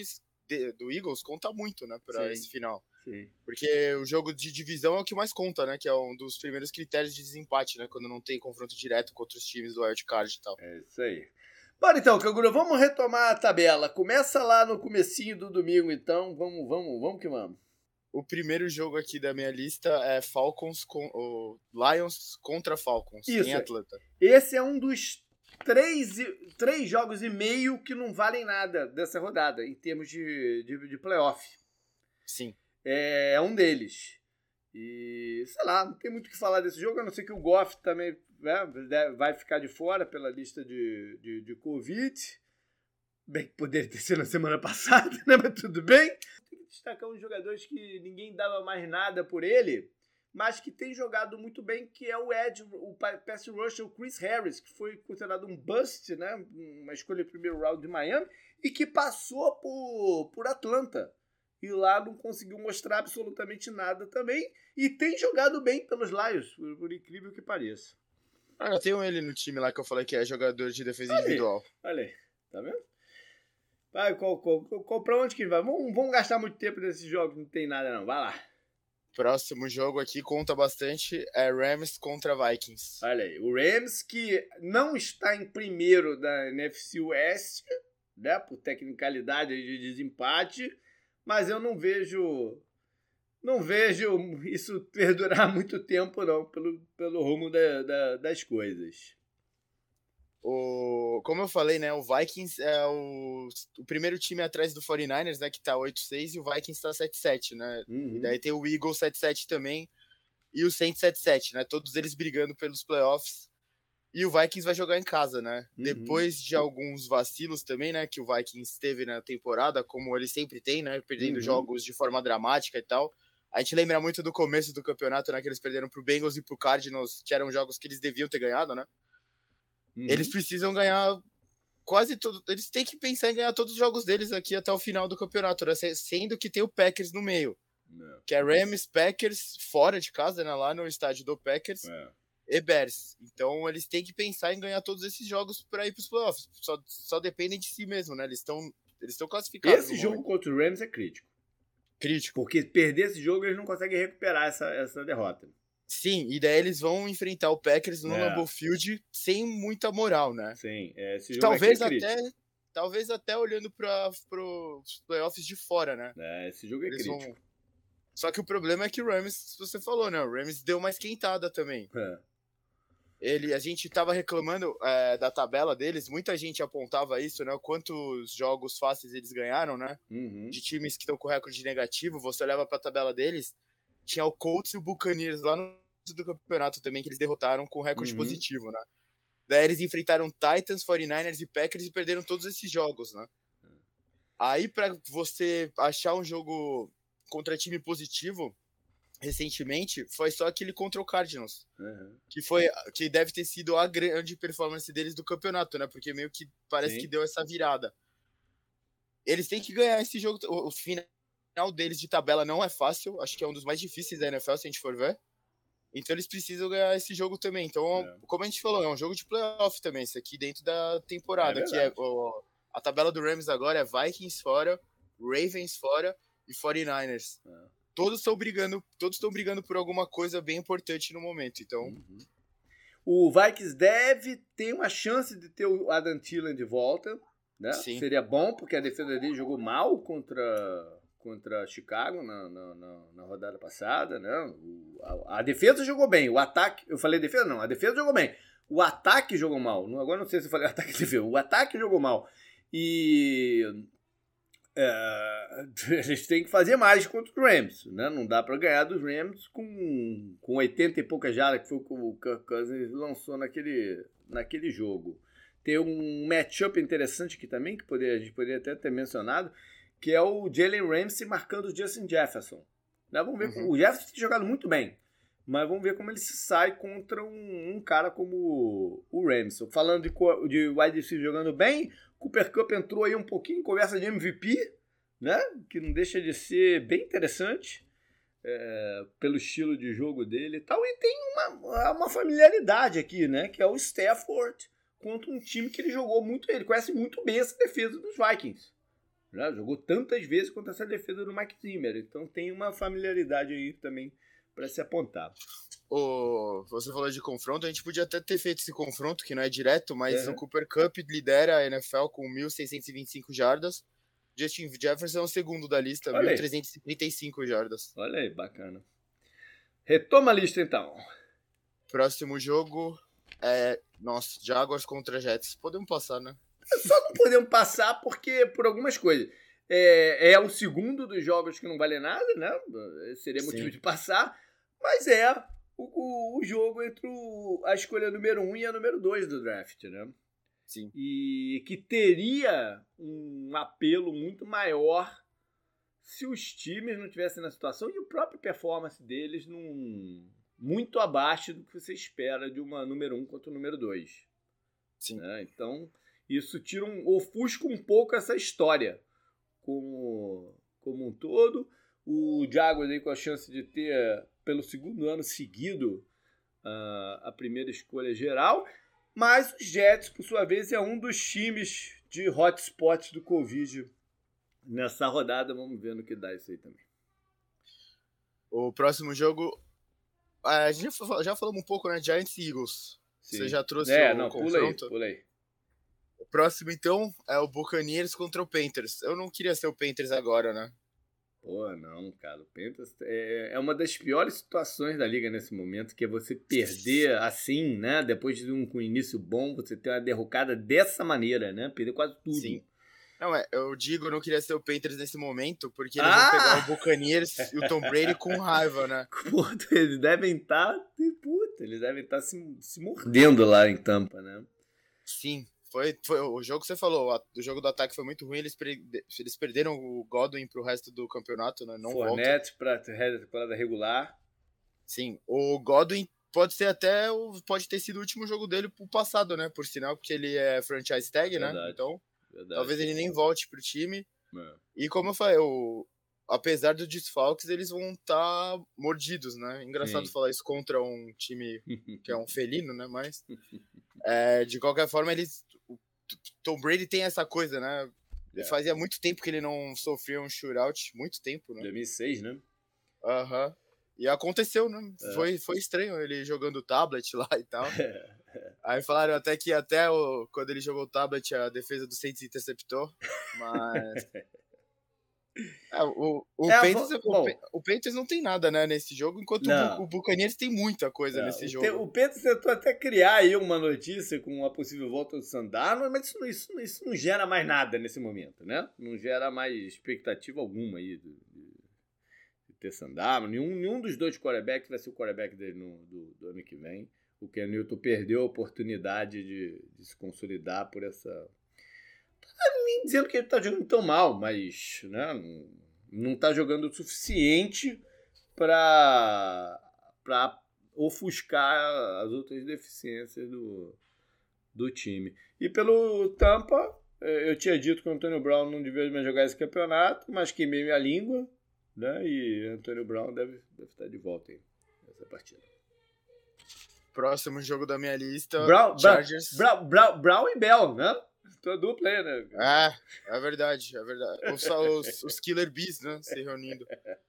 do Eagles conta muito, né, para esse final. Sim. Porque o jogo de divisão é o que mais conta, né, que é um dos primeiros critérios de desempate, né, quando não tem confronto direto contra os times do wild card e tal. É isso aí. Bora então, Canguru, vamos retomar a tabela. Começa lá no comecinho do domingo, então. Vamos que vamos. O primeiro jogo aqui da minha lista é Lions contra Falcons, Isso, em Atlanta. Esse é um dos três jogos e meio que não valem nada dessa rodada, em termos de playoff. Sim. É um deles. E, sei lá, não tem muito o que falar desse jogo, a não ser que o Goff também vai ficar de fora pela lista de Covid. Bem que poderia ter sido na semana passada, né? Mas tudo bem. Tem que destacar uns jogadores que ninguém dava mais nada por ele, mas que tem jogado muito bem, que é o Edge, o pass rusher, o Chris Harris, que foi considerado um bust, né? Uma escolha em primeiro round de Miami, e que passou por Atlanta. E lá não conseguiu mostrar absolutamente nada também. E tem jogado bem pelos Lions, por incrível que pareça. Eu tenho ele no time lá que eu falei que é jogador de defesa individual. Olha aí, tá vendo? Vai, pra onde que vai? Vamos gastar muito tempo nesses jogos, não tem nada não. Vai lá. Próximo jogo aqui conta bastante, é Rams contra Vikings. Olha aí, o Rams que não está em primeiro da NFC West, né, por tecnicalidade de desempate, mas eu não vejo isso perdurar muito tempo não, pelo rumo das coisas. Como eu falei, né, o Vikings é o primeiro time atrás do 49ers, né, que tá 8-6, e o Vikings tá 7-7, né? Uhum. E daí tem o Eagles 7-7 também, e o Saints 7-7, né? Todos eles brigando pelos playoffs. E o Vikings vai jogar em casa, né? Uhum. Depois de alguns vacilos também, né, que o Vikings teve na temporada, como ele sempre tem, né, perdendo jogos de forma dramática e tal. A gente lembra muito do começo do campeonato, né, que eles perderam pro Bengals e pro Cardinals, que eram jogos que eles deviam ter ganhado, né? Eles precisam ganhar quase tudo. Eles têm que pensar em ganhar todos os jogos deles aqui até o final do campeonato, né? Sendo que tem o Packers no meio. Que é Rams, Packers, fora de casa, né? Lá no estádio do Packers. E Bears. Então eles têm que pensar em ganhar todos esses jogos para ir para os playoffs. Só dependem de si mesmo, né? Eles estão classificados. Esse jogo contra o Rams é crítico. Crítico. Porque perder esse jogo eles não conseguem recuperar essa derrota. Sim, e daí eles vão enfrentar o Packers no Lambeau Field sem muita moral, né? Sim, esse jogo talvez até olhando para os playoffs de fora, né? Esse jogo é crítico. Só que o problema é que o Rams, você falou, né? O Rams deu uma esquentada também. A gente tava reclamando da tabela deles, muita gente apontava isso, né? Quantos jogos fáceis eles ganharam, né? De times que estão com recorde negativo, você olhava pra tabela deles, tinha o Colts e o Buccaneers lá no do campeonato também, que eles derrotaram com recorde positivo, né? Daí eles enfrentaram Titans, 49ers e Packers e perderam todos esses jogos, né? Aí pra você achar um jogo contra time positivo, recentemente, foi só aquele contra o Cardinals. Que deve ter sido a grande performance deles do campeonato, né? Porque meio que parece que deu essa virada. Eles têm que ganhar esse jogo. O final deles de tabela não é fácil. Acho que é um dos mais difíceis da NFL, se a gente for ver. Então eles precisam ganhar esse jogo também. Então, como a gente falou, é um jogo de playoff também, isso aqui dentro da temporada. A tabela do Rams agora é Vikings fora, Ravens fora e 49ers. Todos estão brigando por alguma coisa bem importante no momento. Então, o Vikings deve ter uma chance de ter o Adam Thielen de volta, né? Sim. Seria bom, porque a defesa dele jogou mal contra Chicago na rodada passada, né? A defesa jogou bem, o ataque... Eu falei defesa? Não, a defesa jogou bem. O ataque jogou mal. Agora não sei se eu falei ataque e defesa. O ataque jogou mal. E... eles têm que fazer mais contra os Rams, né? Não dá para ganhar dos Rams com 80 e poucas jardas, que foi o que o Kirk Cousins lançou naquele jogo. Tem um matchup interessante aqui também, que a gente poderia até ter mencionado, que é o Jalen Ramsey marcando o Justin Jefferson. Né? Vamos ver. O Jefferson tem jogado muito bem, mas vamos ver como ele se sai contra um cara como o Ramsey. Falando de wide receiver jogando bem, Cooper Kupp entrou aí um pouquinho em conversa de MVP, né? Que não deixa de ser bem interessante pelo estilo de jogo dele e tal. E tem uma familiaridade aqui, né? Que é o Stafford contra um time que ele jogou muito. Ele conhece muito bem essa defesa dos Vikings. né? Jogou tantas vezes contra essa defesa do Mike Zimmer. Então tem uma familiaridade aí também para se apontar. Você falou de confronto, a gente podia até ter feito esse confronto, que não é direto, mas o Cooper Kupp lidera a NFL com 1.625 jardas. Justin Jefferson é o segundo da lista, 1.335 jardas. Olha aí, bacana. Retoma a lista, então. Próximo jogo é... Nossa, Jaguars contra Jets. Podemos passar, né? Só não podemos passar porque, por algumas coisas. É o segundo dos jogos que não vale nada, né? Seria motivo de passar. Mas é o jogo entre a escolha número 1 e a número 2 do draft, né? Sim. E que teria um apelo muito maior se os times não tivessem na situação e o próprio performance deles muito abaixo do que você espera de uma número 1 contra o número 2. Sim. Né? Então, isso ofusca um pouco essa história como um todo. O Jaguars aí com a chance de ter, pelo segundo ano seguido, a primeira escolha geral. Mas os Jets, por sua vez, é um dos times de hotspot do Covid nessa rodada. Vamos ver no que dá isso aí também. O próximo jogo... A gente já falamos um pouco, né? Giants e Eagles. Sim. Você já trouxe o confronto? Pula aí. O próximo, então, é o Buccaneers contra o Panthers. Eu não queria ser o Panthers agora, né? Pô, não, cara. O Panthers é uma das piores situações da liga nesse momento, que é você perder assim, né? Depois de um início bom, você ter uma derrocada dessa maneira, né? Perder quase tudo. Sim. Não, eu não queria ser o Panthers nesse momento, porque eles vão pegar o Buccaneers e o Tom Brady com raiva, né? Puta, eles devem estar se mordendo lá em Tampa, né? Sim. Foi o jogo que você falou, o jogo do ataque foi muito ruim, eles perderam o Godwin pro resto do campeonato, né? Não Fournette para temporada regular. Sim, o Godwin pode ter sido o último jogo dele pro passado, né? Por sinal, porque ele é franchise tag, né? Então, talvez ele nem volte pro time. E como eu falei, apesar dos desfalques, eles vão estar mordidos, né? Engraçado falar isso contra um time que é um felino, né? Mas, de qualquer forma, o Tom Brady tem essa coisa, né? Fazia muito tempo que ele não sofria um shootout, muito tempo, né? 2006, né? Aham. E aconteceu, né? Foi estranho ele jogando tablet lá e tal. Aí falaram até que quando ele jogou o tablet, a defesa do Saints interceptou, mas... O Panthers não tem nada, né, nesse jogo, enquanto o Buccaneers tem muita coisa nesse jogo. O Panthers tentou até criar aí uma notícia com a possível volta do Sam Darnold, mas isso não gera mais nada nesse momento, né? Não gera mais expectativa alguma aí de ter Sam Darnold. Nenhum dos dois quarterbacks vai ser o quarterback dele do ano que vem. O Ken Newton perdeu a oportunidade de se consolidar por essa... Nem dizendo que ele está jogando tão mal, mas, né, não está jogando o suficiente para ofuscar as outras deficiências do time. E pelo Tampa, eu tinha dito que o Antonio Brown não devia mais jogar esse campeonato, mas queimei minha língua, né, e Antonio Brown deve estar de volta aí nessa partida. Próximo jogo da minha lista, Chargers. Brown e Bell, né? Tua dupla aí, né? É verdade. Os Killer Bees, né? Se reunindo.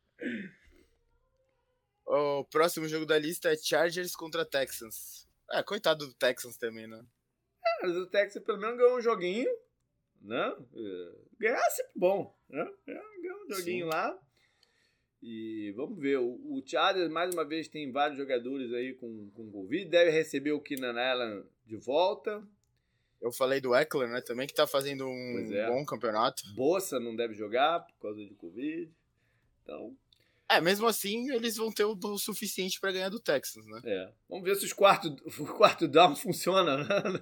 O próximo jogo da lista é Chargers contra Texans. Coitado do Texans também, né? Mas o Texans pelo menos ganhou um joguinho, né? Ganhar é sempre bom, né? Ganhou um joguinho lá. E vamos ver. O Chargers, mais uma vez, tem vários jogadores aí com Covid. Deve receber o Keenan Allen de volta. Eu falei do Eckler, né, também, que tá fazendo bom campeonato. Bossa não deve jogar por causa de Covid. Então... mesmo assim, eles vão ter o suficiente para ganhar do Texans, né? Vamos ver se o quarto down funciona, né?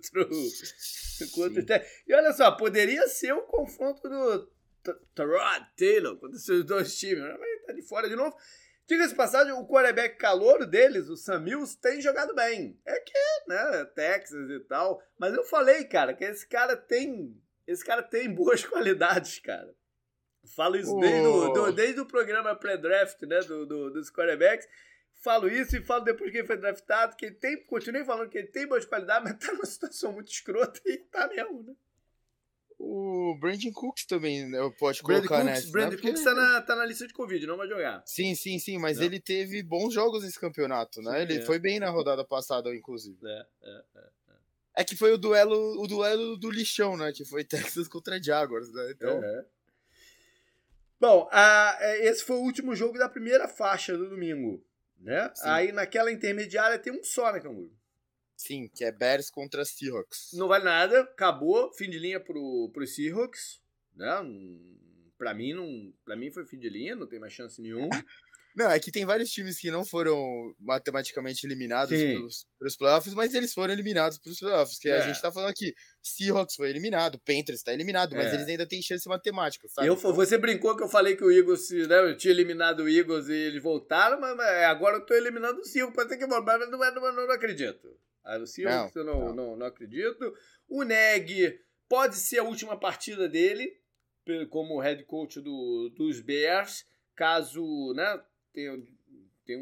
E olha só, poderia ser o confronto do Tyrod Taylor contra esses dois times, mas tá de fora de novo. Diga-se de passagem, o quarterback calouro deles, o Sam Mills, tem jogado bem. É que, né, Texas e tal. Mas eu falei, cara, que esse cara tem boas qualidades, cara. Falo isso desde o programa pré-draft, né, dos quarterbacks. Falo isso e falo depois que ele foi draftado, que continuei falando que ele tem boas qualidades, mas tá numa situação muito escrota e tá mesmo, né? O Brandon Cooks também, né, pode Brandon colocar Cooks, nessa, Brandon né? Cooks tá na lista de Covid, não vai jogar. Sim, mas Não? ele teve bons jogos nesse campeonato, né? Sim, Ele foi bem na rodada passada, inclusive. É. É que foi o duelo do lixão, né? Que foi Texas contra Jaguars, né? Então, Bom, esse foi o último jogo da primeira faixa do domingo, né? sim. Aí naquela intermediária tem um só, né, Canguru? Sim, que é Bears contra Seahawks. Não vale nada, acabou, fim de linha pro Seahawks, né? Pra mim foi fim de linha, não tem mais chance nenhuma. Não, é que tem vários times que não foram matematicamente eliminados pelos playoffs, mas eles foram eliminados pelos playoffs. Que a gente tá falando aqui, Seahawks foi eliminado, Panthers tá eliminado, mas eles ainda têm chance matemática, sabe? Você brincou que eu falei que o Eagles, né, eu tinha eliminado o Eagles e eles voltaram, mas agora eu tô eliminando o Seahawks, pode ter que voltar, mas não acredito. O Seahawks eu não acredito. O Neg pode ser a última partida dele, como head coach dos Bears, caso, né, tem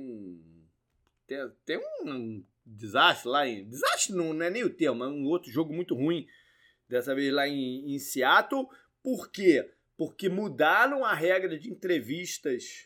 um desastre lá em... Desastre não é nem o termo, é um outro jogo muito ruim, dessa vez lá em Seattle. Por quê? Porque mudaram a regra de entrevistas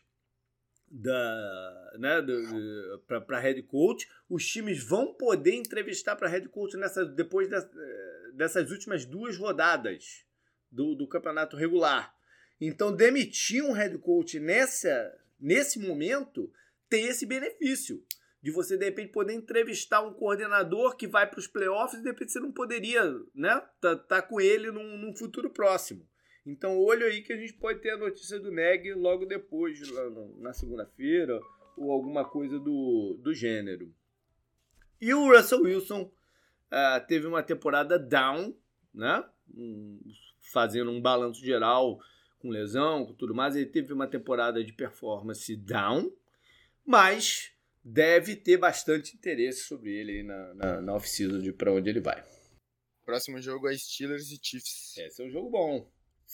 para head coach. Os times vão poder entrevistar para head coach depois dessas últimas 2 rodadas do campeonato regular. Então, demitir um head coach nesse momento tem esse benefício de você, de repente, poder entrevistar um coordenador que vai para os playoffs e, de repente, você não poderia, né, tá com ele num futuro próximo. Então, olho aí que a gente pode ter a notícia do Neg logo depois, na segunda-feira, ou alguma coisa do gênero. E o Russell Wilson teve uma temporada down, né, fazendo um balanço geral com lesão, com tudo mais. Ele teve uma temporada de performance down, mas deve ter bastante interesse sobre ele aí na off-season de para onde ele vai. Próximo jogo é Steelers e Chiefs. Esse é um jogo bom.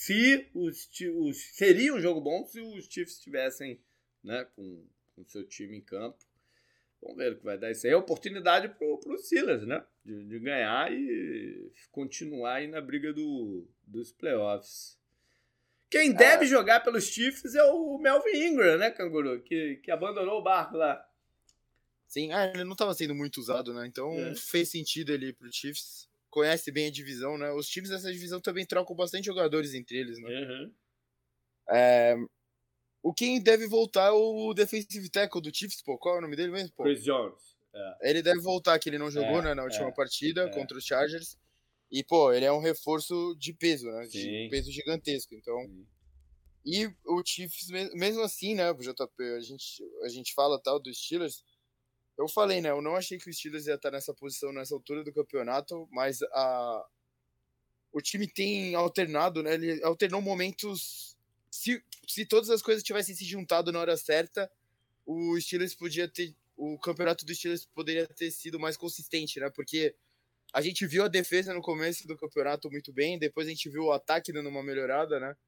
Seria um jogo bom se os Chiefs estivessem, né, com seu time em campo. Vamos ver o que vai dar. Isso aí é oportunidade pro Steelers, né, de ganhar e continuar aí na briga dos playoffs. Quem deve jogar pelos Chiefs é o Melvin Ingram, né, Canguru? Que abandonou o barco lá. Sim, ele não estava sendo muito usado, né? Então fez sentido ele ir pro Chiefs. Conhece bem a divisão, né? Os times dessa divisão também trocam bastante jogadores entre eles, né? Uhum. O quem deve voltar é o defensive tackle do Chiefs, pô. Qual é o nome dele mesmo, pô? Chris Jones. Ele deve voltar, que ele não jogou, né, na última partida contra os Chargers. E, pô, ele é um reforço de peso, né? Sim. De peso gigantesco. Então. Sim. E o Chiefs, mesmo assim, né, o JP, a gente fala tal dos Steelers. Eu falei, né, eu não achei que o Steelers ia estar nessa posição nessa altura do campeonato, mas o time tem alternado, né? Ele alternou momentos. Se todas as coisas tivessem se juntado na hora certa, o Steelers o campeonato do Steelers poderia ter sido mais consistente, né? Porque a gente viu a defesa no começo do campeonato muito bem, depois a gente viu o ataque dando uma melhorada, né?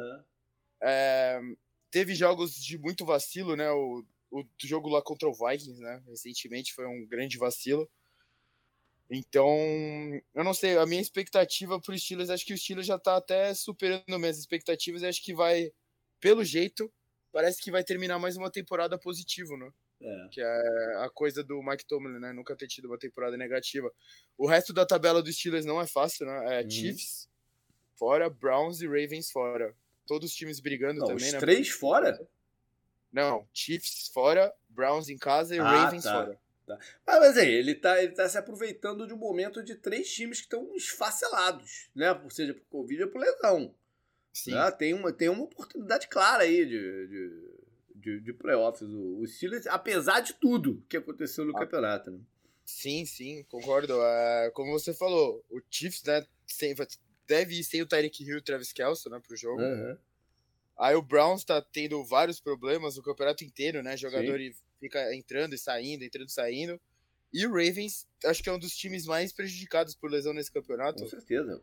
Uhum. Teve jogos de muito vacilo, né? O jogo lá contra o Vikings, né? Recentemente foi um grande vacilo. Então, eu não sei, a minha expectativa pro Steelers, acho que o Steelers já tá até superando minhas expectativas e acho que vai, pelo jeito, parece que vai terminar mais uma temporada positivo, né? Que é a coisa do Mike Tomlin, né? Nunca ter tido uma temporada negativa. O resto da tabela do Steelers não é fácil, né? Chiefs fora, Browns e Ravens fora. Todos os times brigando também, os né? 3 fora? Não, Chiefs fora, Browns em casa e Ravens fora. Tá. Mas aí, ele tá se aproveitando de um momento de 3 times que estão esfacelados, né? Seja por Covid ou por lesão. Sim. Né? Tem uma oportunidade clara aí de playoffs. O Steelers, apesar de tudo que aconteceu no campeonato. Né? Sim, concordo. Como você falou, o Chiefs, né, deve ir sem o Tyreek Hill e o Travis Kelce, né, pro jogo. Uhum. Aí o Browns tá tendo vários problemas o campeonato inteiro, né? Jogador fica entrando e saindo. E o Ravens, acho que é um dos times mais prejudicados por lesão nesse campeonato. Com certeza.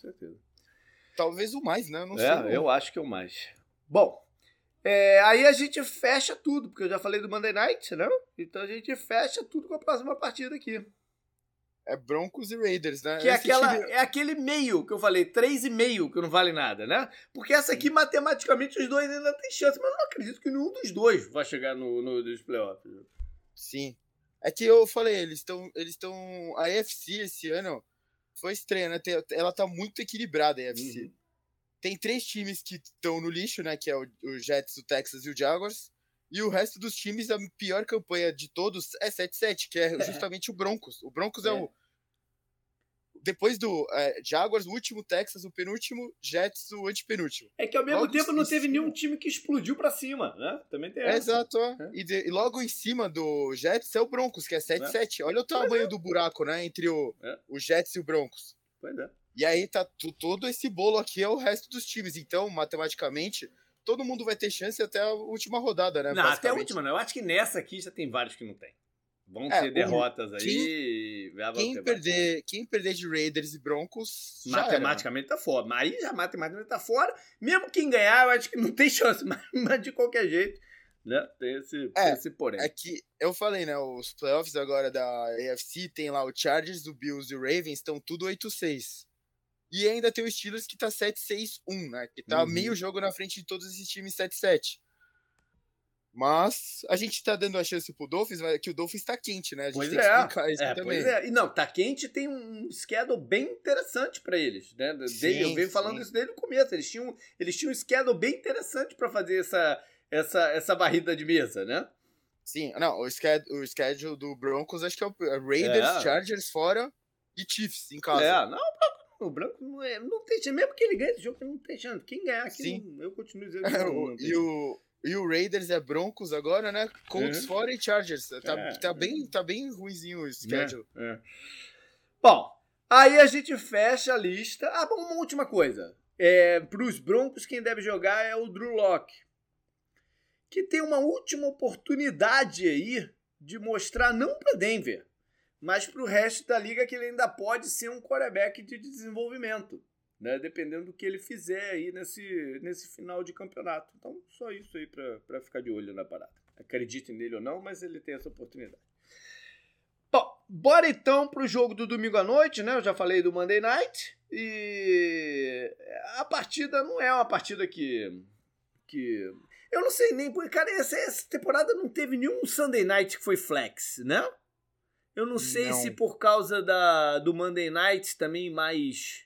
Talvez o mais, né? Não sei. Eu acho que é o mais. Bom, aí a gente fecha tudo, porque eu já falei do Monday Night, né? Então a gente fecha tudo com a próxima partida aqui. É Broncos e Raiders, né? Que é aquele meio que eu falei, 3,5, que não vale nada, né? Porque essa aqui, matematicamente, os dois ainda têm chance, mas eu não acredito que nenhum dos dois vai chegar nos playoffs. Sim. É que eu falei, eles estão. A AFC esse ano foi estranha, né? Ela tá muito equilibrada, a AFC. Uhum. Tem 3 times que estão no lixo, né? Que é o Jets, o Texas e o Jaguars. E o resto dos times, a pior campanha de todos é 7-7, que é justamente o Broncos. O Broncos é o. Depois do Jaguars, o último, Texas, o penúltimo, Jets, o antepenúltimo. É que ao mesmo tempo não teve nenhum time que explodiu pra cima, né? Também tem essa. Exato, E logo em cima do Jets é o Broncos, que é 7-7. Olha o tamanho do buraco, né? Entre o Jets e o Broncos. Pois é. E aí tá todo esse bolo aqui é o resto dos times. Então, matematicamente, todo mundo vai ter chance até a última rodada, né? Não, até a última não. Eu acho que nessa aqui já tem vários que não tem. Vão ter derrotas aí. Quem perder de Raiders e Broncos. Matematicamente tá fora. Mas aí já matematicamente tá fora. Mesmo quem ganhar, eu acho que não tem chance. Mas de qualquer jeito, né? Tem esse porém. É que eu falei, né? Os playoffs agora da AFC tem lá o Chargers, o Bills e o Ravens, estão tudo 8-6. E ainda tem o Steelers que tá 7-6-1, né? Que tá meio jogo na frente de todos esses times 7-7. Mas a gente tá dando a chance pro Dolphins, que o Dolphins tá quente, né? A gente tem que explicar isso também. Pois é. E não, tá quente, tem um schedule bem interessante pra eles, né? Eu venho falando isso desde o começo. Eles tinham um schedule bem interessante pra fazer essa varrida de mesa, né? Sim, não, o schedule do Broncos acho que é Raiders, Chargers fora e Chiefs em casa. Não, o Broncos não tem chance. Mesmo que ele ganhe esse jogo, ele não tem chance. Quem ganhar aqui, eu continuo dizendo que não tem. E o Raiders é Broncos agora, né? Colts fora e Chargers. Tá bem ruimzinho o schedule. Bom, aí a gente fecha a lista. Uma última coisa. Para os Broncos, quem deve jogar é o Drew Lock, que tem uma última oportunidade aí de mostrar, não para Denver, mas para o resto da liga, que ele ainda pode ser um quarterback de desenvolvimento, né? Dependendo do que ele fizer aí nesse final de campeonato. Então, só isso aí para ficar de olho na parada. Acreditem nele ou não, mas ele tem essa oportunidade. Bom, bora então pro jogo do domingo à noite, né? Eu já falei do Monday Night. E a partida não é uma partida que eu não sei nem... Cara, essa temporada não teve nenhum Sunday Night que foi flex, né? Eu não sei se por causa do Monday Night também mais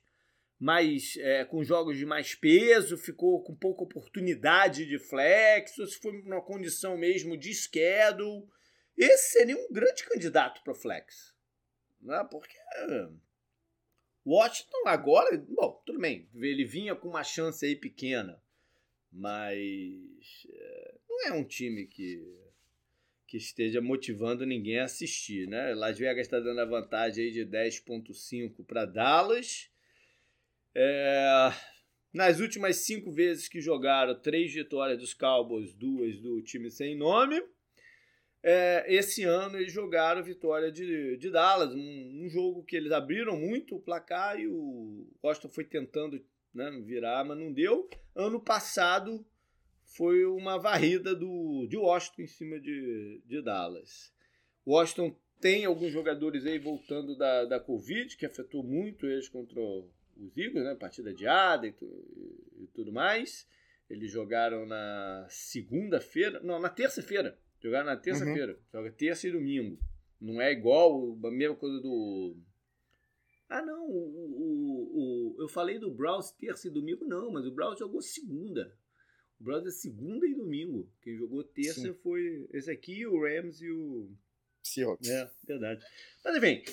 com jogos de mais peso, ficou com pouca oportunidade de flex, ou se foi uma condição mesmo de schedule. Esse seria um grande candidato para flex, né? Porque Washington agora, bom, tudo bem, ele vinha com uma chance aí pequena, mas não é um time que esteja motivando ninguém a assistir, né? Las Vegas está dando a vantagem aí de 10,5 para Dallas. Nas últimas 5 vezes que jogaram, 3 vitórias dos Cowboys, 2 do time sem nome. Esse ano eles jogaram vitória de Dallas, um jogo que eles abriram muito o placar e o Washington foi tentando, né, virar, mas não deu. Ano passado foi uma varrida de Washington em cima de Dallas. Washington tem alguns jogadores aí voltando da Covid, que afetou muito eles contra os Eagles, né? Partida adiada e tudo mais. Eles jogaram na terça-feira. Jogaram na terça-feira. Joga terça e domingo. Não é igual a mesma coisa do... não. Eu falei do Browns terça e domingo, não. Mas o Browns jogou segunda. O Browns é segunda e domingo. Quem jogou terça foi esse aqui, o Rams e o... Seahawks. Verdade. Mas enfim...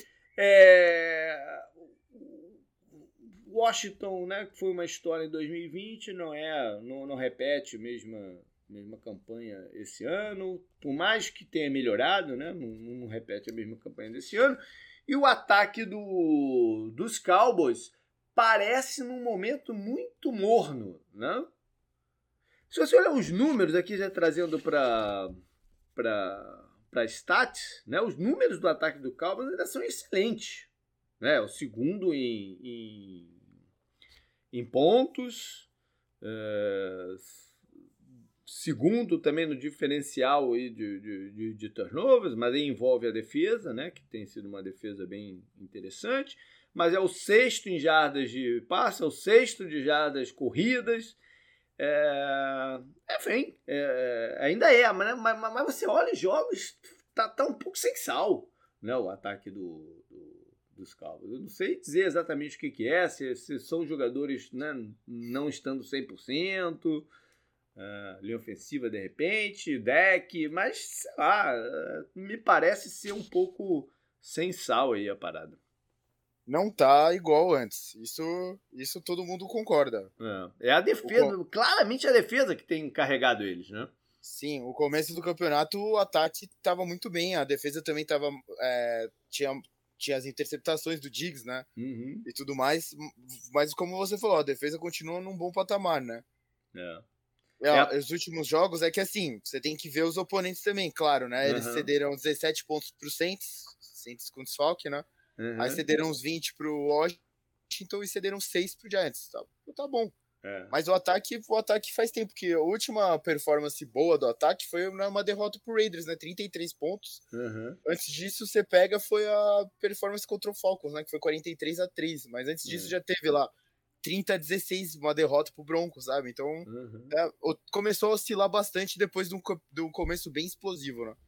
Washington, né, que foi uma história em 2020, não repete a mesma campanha esse ano, por mais que tenha melhorado, né, não repete a mesma campanha desse ano. E o ataque dos Cowboys parece num momento muito morno, né? Se você olhar os números aqui, já trazendo para stats, né, os números do ataque do Cowboys ainda são excelentes, né? O segundo em pontos, segundo também no diferencial aí de turnovers, mas aí envolve a defesa, né, que tem sido uma defesa bem interessante, mas é o sexto em jardas de passe, é o sexto de jardas corridas, enfim, ainda mas você olha os jogos, tá um pouco sem sal, né, o ataque dos Cowboys. Eu não sei dizer exatamente o que é, se são jogadores, né, não estando 100%, linha ofensiva de repente, deck, mas sei lá, me parece ser um pouco sem sal aí a parada. Não tá igual antes. Isso todo mundo concorda. É a defesa, claramente a defesa que tem carregado eles, né? Sim, o começo do campeonato o ataque estava muito bem, a defesa também estava tinha as interceptações do Diggs, né? Uhum. E tudo mais, mas como você falou, a defesa continua num bom patamar, né? Os últimos jogos é que assim, você tem que ver os oponentes também, claro, né? Eles cederam 17 pontos pro Saints com desfalque, né? Aí cederam uns 20 pro Washington e cederam 6 pro Giants. Tá bom. Mas o ataque faz tempo que a última performance boa do ataque foi uma derrota pro Raiders, né? 33 pontos. Antes disso, você pega, foi a performance contra o Falcons, né? Que foi 43-3. Mas antes disso já teve lá 30-16, uma derrota pro Broncos, sabe? Então, começou a oscilar bastante depois do começo bem explosivo, né?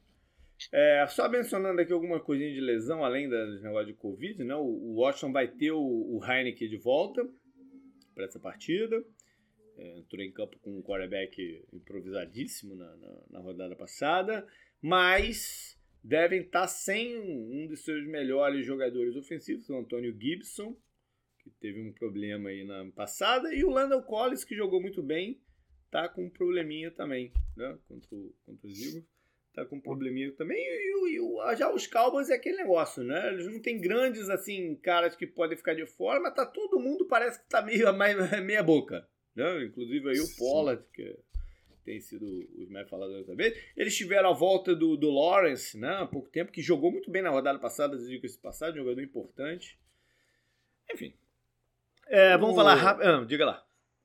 Só mencionando aqui alguma coisinha de lesão, além dos negócios de Covid, né? O Washington vai ter o Heineken de volta para essa partida. Entrou em campo com um quarterback improvisadíssimo na rodada passada, mas devem estar sem um dos seus melhores jogadores ofensivos, o Antônio Gibson, que teve um problema aí na passada, e o Landon Collins, que jogou muito bem, tá com um probleminha também, né? Contra os Eagles. Tá com um probleminha também. E já os Cowboys é aquele negócio, né? Eles não têm grandes, assim, caras que podem ficar de fora, mas tá todo mundo parece que tá meia boca, né? Inclusive aí o Pollard, que tem sido os mais faladores também. Eles tiveram a volta do Lawrence, né? Há pouco tempo, que jogou muito bem na rodada passada, diga-se passado, jogador importante. Enfim. Vamos falar rápido. Diga lá.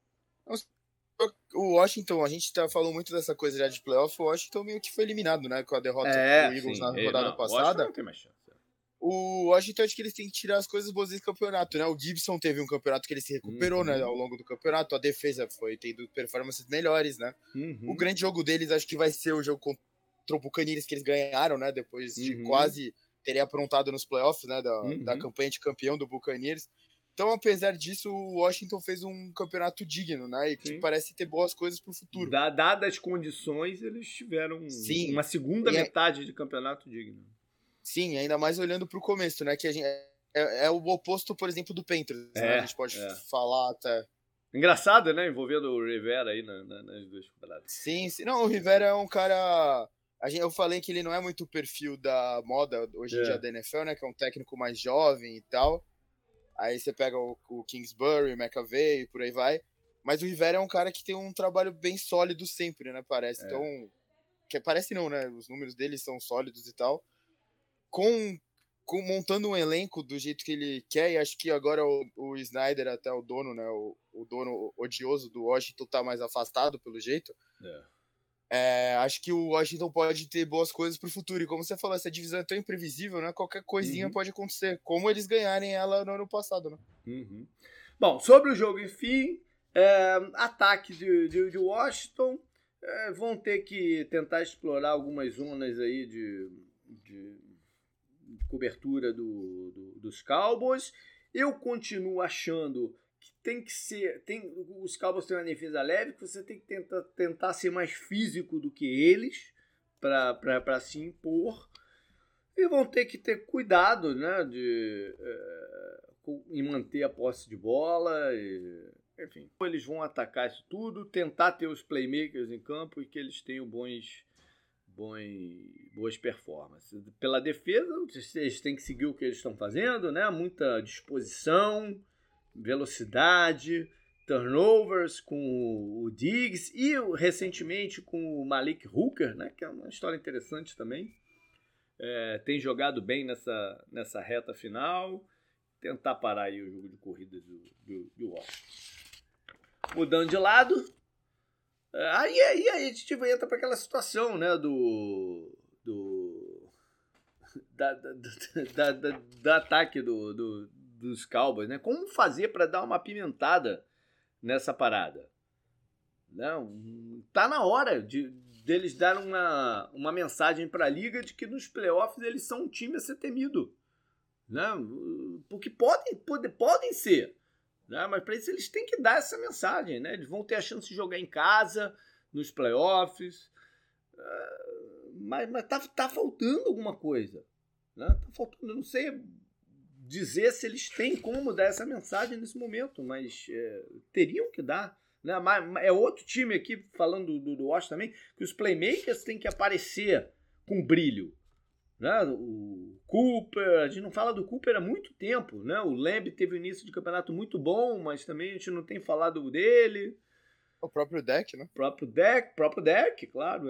O Washington, a gente falou muito dessa coisa já de playoff, o Washington meio que foi eliminado, né? Com a derrota do Eagles na rodada passada. O Washington não tem mais chance. O Washington, acho que eles têm que tirar as coisas boas desse campeonato, né? O Gibson teve um campeonato que ele se recuperou, né? Ao longo do campeonato. A defesa foi tendo performances melhores, né? O grande jogo deles, acho que vai ser o jogo contra o Buccaneers, que eles ganharam, né? Depois de quase terem aprontado nos playoffs, né? Da campanha de campeão do Buccaneers. Então, apesar disso, o Washington fez um campeonato digno, né? E que parece ter boas coisas pro futuro. Dadas as condições, eles tiveram uma segunda metade de campeonato digno. Sim, ainda mais olhando pro começo, né? Que a gente é o oposto, por exemplo, do Panthers, né? A gente pode falar até. Engraçado, né? Envolvendo o Rivera aí nas duas temporadas. Sim. Não, o Rivera é um cara. Eu falei que ele não é muito o perfil da moda hoje em dia da NFL, né? Que é um técnico mais jovem e tal. Aí você pega o Kingsbury, o McAvey e por aí vai. Mas o Rivera é um cara que tem um trabalho bem sólido sempre, né? Parece. Então, parece não, né? Os números dele são sólidos e tal. Montando um elenco do jeito que ele quer, e acho que agora o Snyder, até o dono, né? O dono odioso do Washington tá mais afastado, pelo jeito. Acho que o Washington pode ter boas coisas pro futuro. E como você falou, essa divisão é tão imprevisível, né? Qualquer coisinha pode acontecer. Como eles ganharem ela no ano passado, né? Bom, sobre o jogo, enfim, ataque de Washington, vão ter que tentar explorar algumas zonas aí de cobertura dos Cowboys. Eu continuo achando que tem que ser. Os Cowboys têm uma defesa leve, que você tem que tentar ser mais físico do que eles para se impor. E vão ter que ter cuidado, né, em manter a posse de bola. Enfim, eles vão atacar isso tudo, tentar ter os playmakers em campo e que eles tenham boas performances. Pela defesa, eles têm que seguir o que eles estão fazendo, né? Muita disposição, velocidade, turnovers com o Diggs e recentemente com o Malik Hooker, né? Que é uma história interessante também. Tem jogado bem nessa reta final. Tentar parar aí o jogo de corrida do Washington. Mudando de lado, Aí a gente entra para aquela situação, né, do ataque dos Cowboys, né? Como fazer para dar uma apimentada nessa parada? Não, tá na hora deles dar uma mensagem para a liga de que nos playoffs eles são um time a ser temido, né? Porque podem ser, né? Mas para isso eles têm que dar essa mensagem, né? Eles vão ter a chance de jogar em casa nos playoffs, mas tá faltando alguma coisa, né? Tá faltando, eu não sei dizer se eles têm como dar essa mensagem nesse momento, mas teriam que dar. É outro time aqui, falando do Washington também, que os playmakers têm que aparecer com brilho. Né? O Cooper, a gente não fala do Cooper há muito tempo. Né? O Lamb teve um início de campeonato muito bom, mas também a gente não tem falado dele. O próprio Dak, né? O próprio Dak, claro.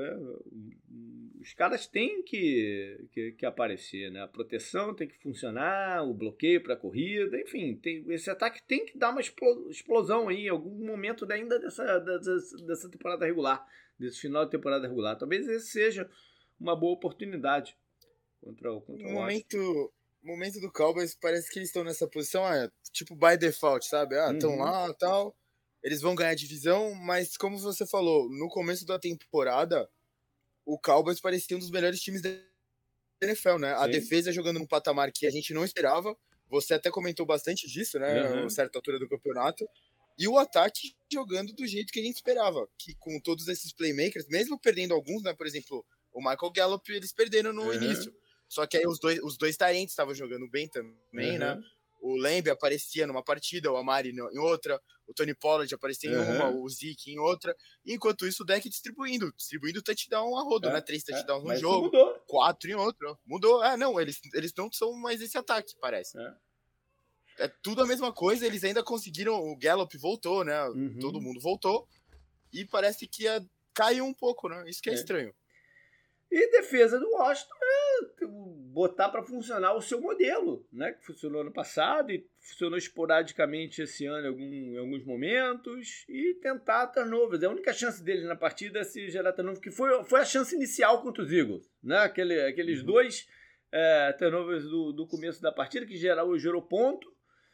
Os caras têm que aparecer, né? A proteção tem que funcionar, o bloqueio para a corrida, enfim, esse ataque tem que dar uma explosão aí em algum momento ainda dessa temporada regular, desse final de temporada regular. Talvez esse seja uma boa oportunidade contra o Washington. Momento do Cowboys, parece que eles estão nessa posição, tipo by default, sabe? Estão lá e tal, eles vão ganhar a divisão, mas como você falou, no começo da temporada, o Cowboys parecia um dos melhores times da NFL, né? Sim. A defesa jogando num patamar que a gente não esperava. Você até comentou bastante disso, né? A certa altura do campeonato. E o ataque jogando do jeito que a gente esperava. Que com todos esses playmakers, mesmo perdendo alguns, né? Por exemplo, o Michael Gallup, eles perderam no início. Só que aí os dois talentos estavam jogando bem também, né? O Lamb aparecia numa partida, o Amari em outra, o Tony Pollard aparecia em uma, o Zeke em outra. E enquanto isso, o Dak distribuindo touchdown a rodo, né? 3 touchdowns no jogo, 4 em outro. Mudou. Não, eles não são mais esse ataque, parece. É tudo a mesma coisa, eles ainda conseguiram, o Gallup voltou, né? Todo mundo voltou. E parece que caiu um pouco, né? Isso que é estranho. E defesa do Washington botar para funcionar o seu modelo, né? Que funcionou ano passado e funcionou esporadicamente esse ano em alguns momentos, e tentar turnovers. A única chance deles na partida é se gerar turnovers, que foi a chance inicial contra os Eagles, né? Aqueles dois turnovers do começo da partida que gerou ponto,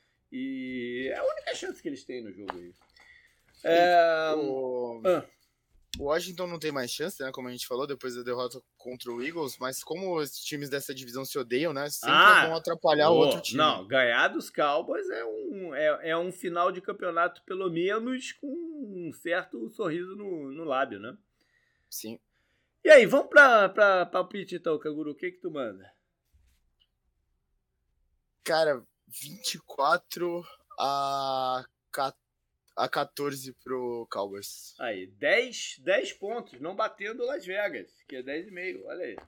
e é a única chance que eles têm no jogo aí. O Washington não tem mais chance, né? Como a gente falou, depois da derrota contra o Eagles, mas como os times dessa divisão se odeiam, né? Sempre vão atrapalhar o outro time. Não, ganhar dos Cowboys é um final de campeonato, pelo menos, com um certo sorriso no lábio, né? Sim. E aí, vamos pra palpite então, Canguru. O que tu manda? Cara, 24 a 14 pro Cowboys. Aí, 10 pontos, não batendo Las Vegas, que é 10,5, olha aí.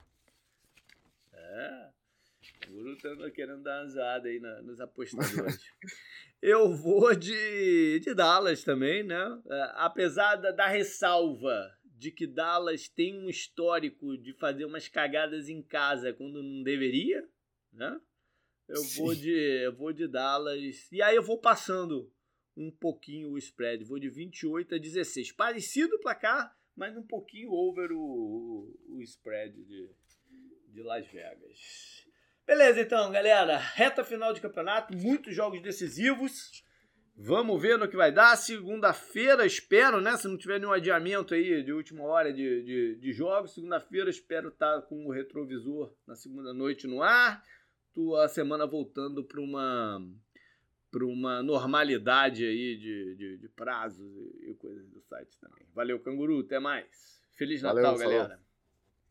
O Guru tá querendo dar uma zoada aí nos apostadores. Eu vou de Dallas também, né? Apesar da ressalva de que Dallas tem um histórico de fazer umas cagadas em casa quando não deveria, né? Eu vou de Dallas. E aí eu vou passando um pouquinho o spread. Vou de 28 a 16. Parecido o placar, mas um pouquinho over o spread de Las Vegas. Beleza, então, galera. Reta final de campeonato. Muitos jogos decisivos. Vamos ver no que vai dar. Segunda-feira, espero, né? Se não tiver nenhum adiamento aí de última hora de jogos. Segunda-feira, espero estar com o retrovisor na segunda noite no ar. A semana voltando para uma normalidade aí de prazos e coisas do site também. Valeu, Canguru, até mais. Feliz Natal, galera. Falou.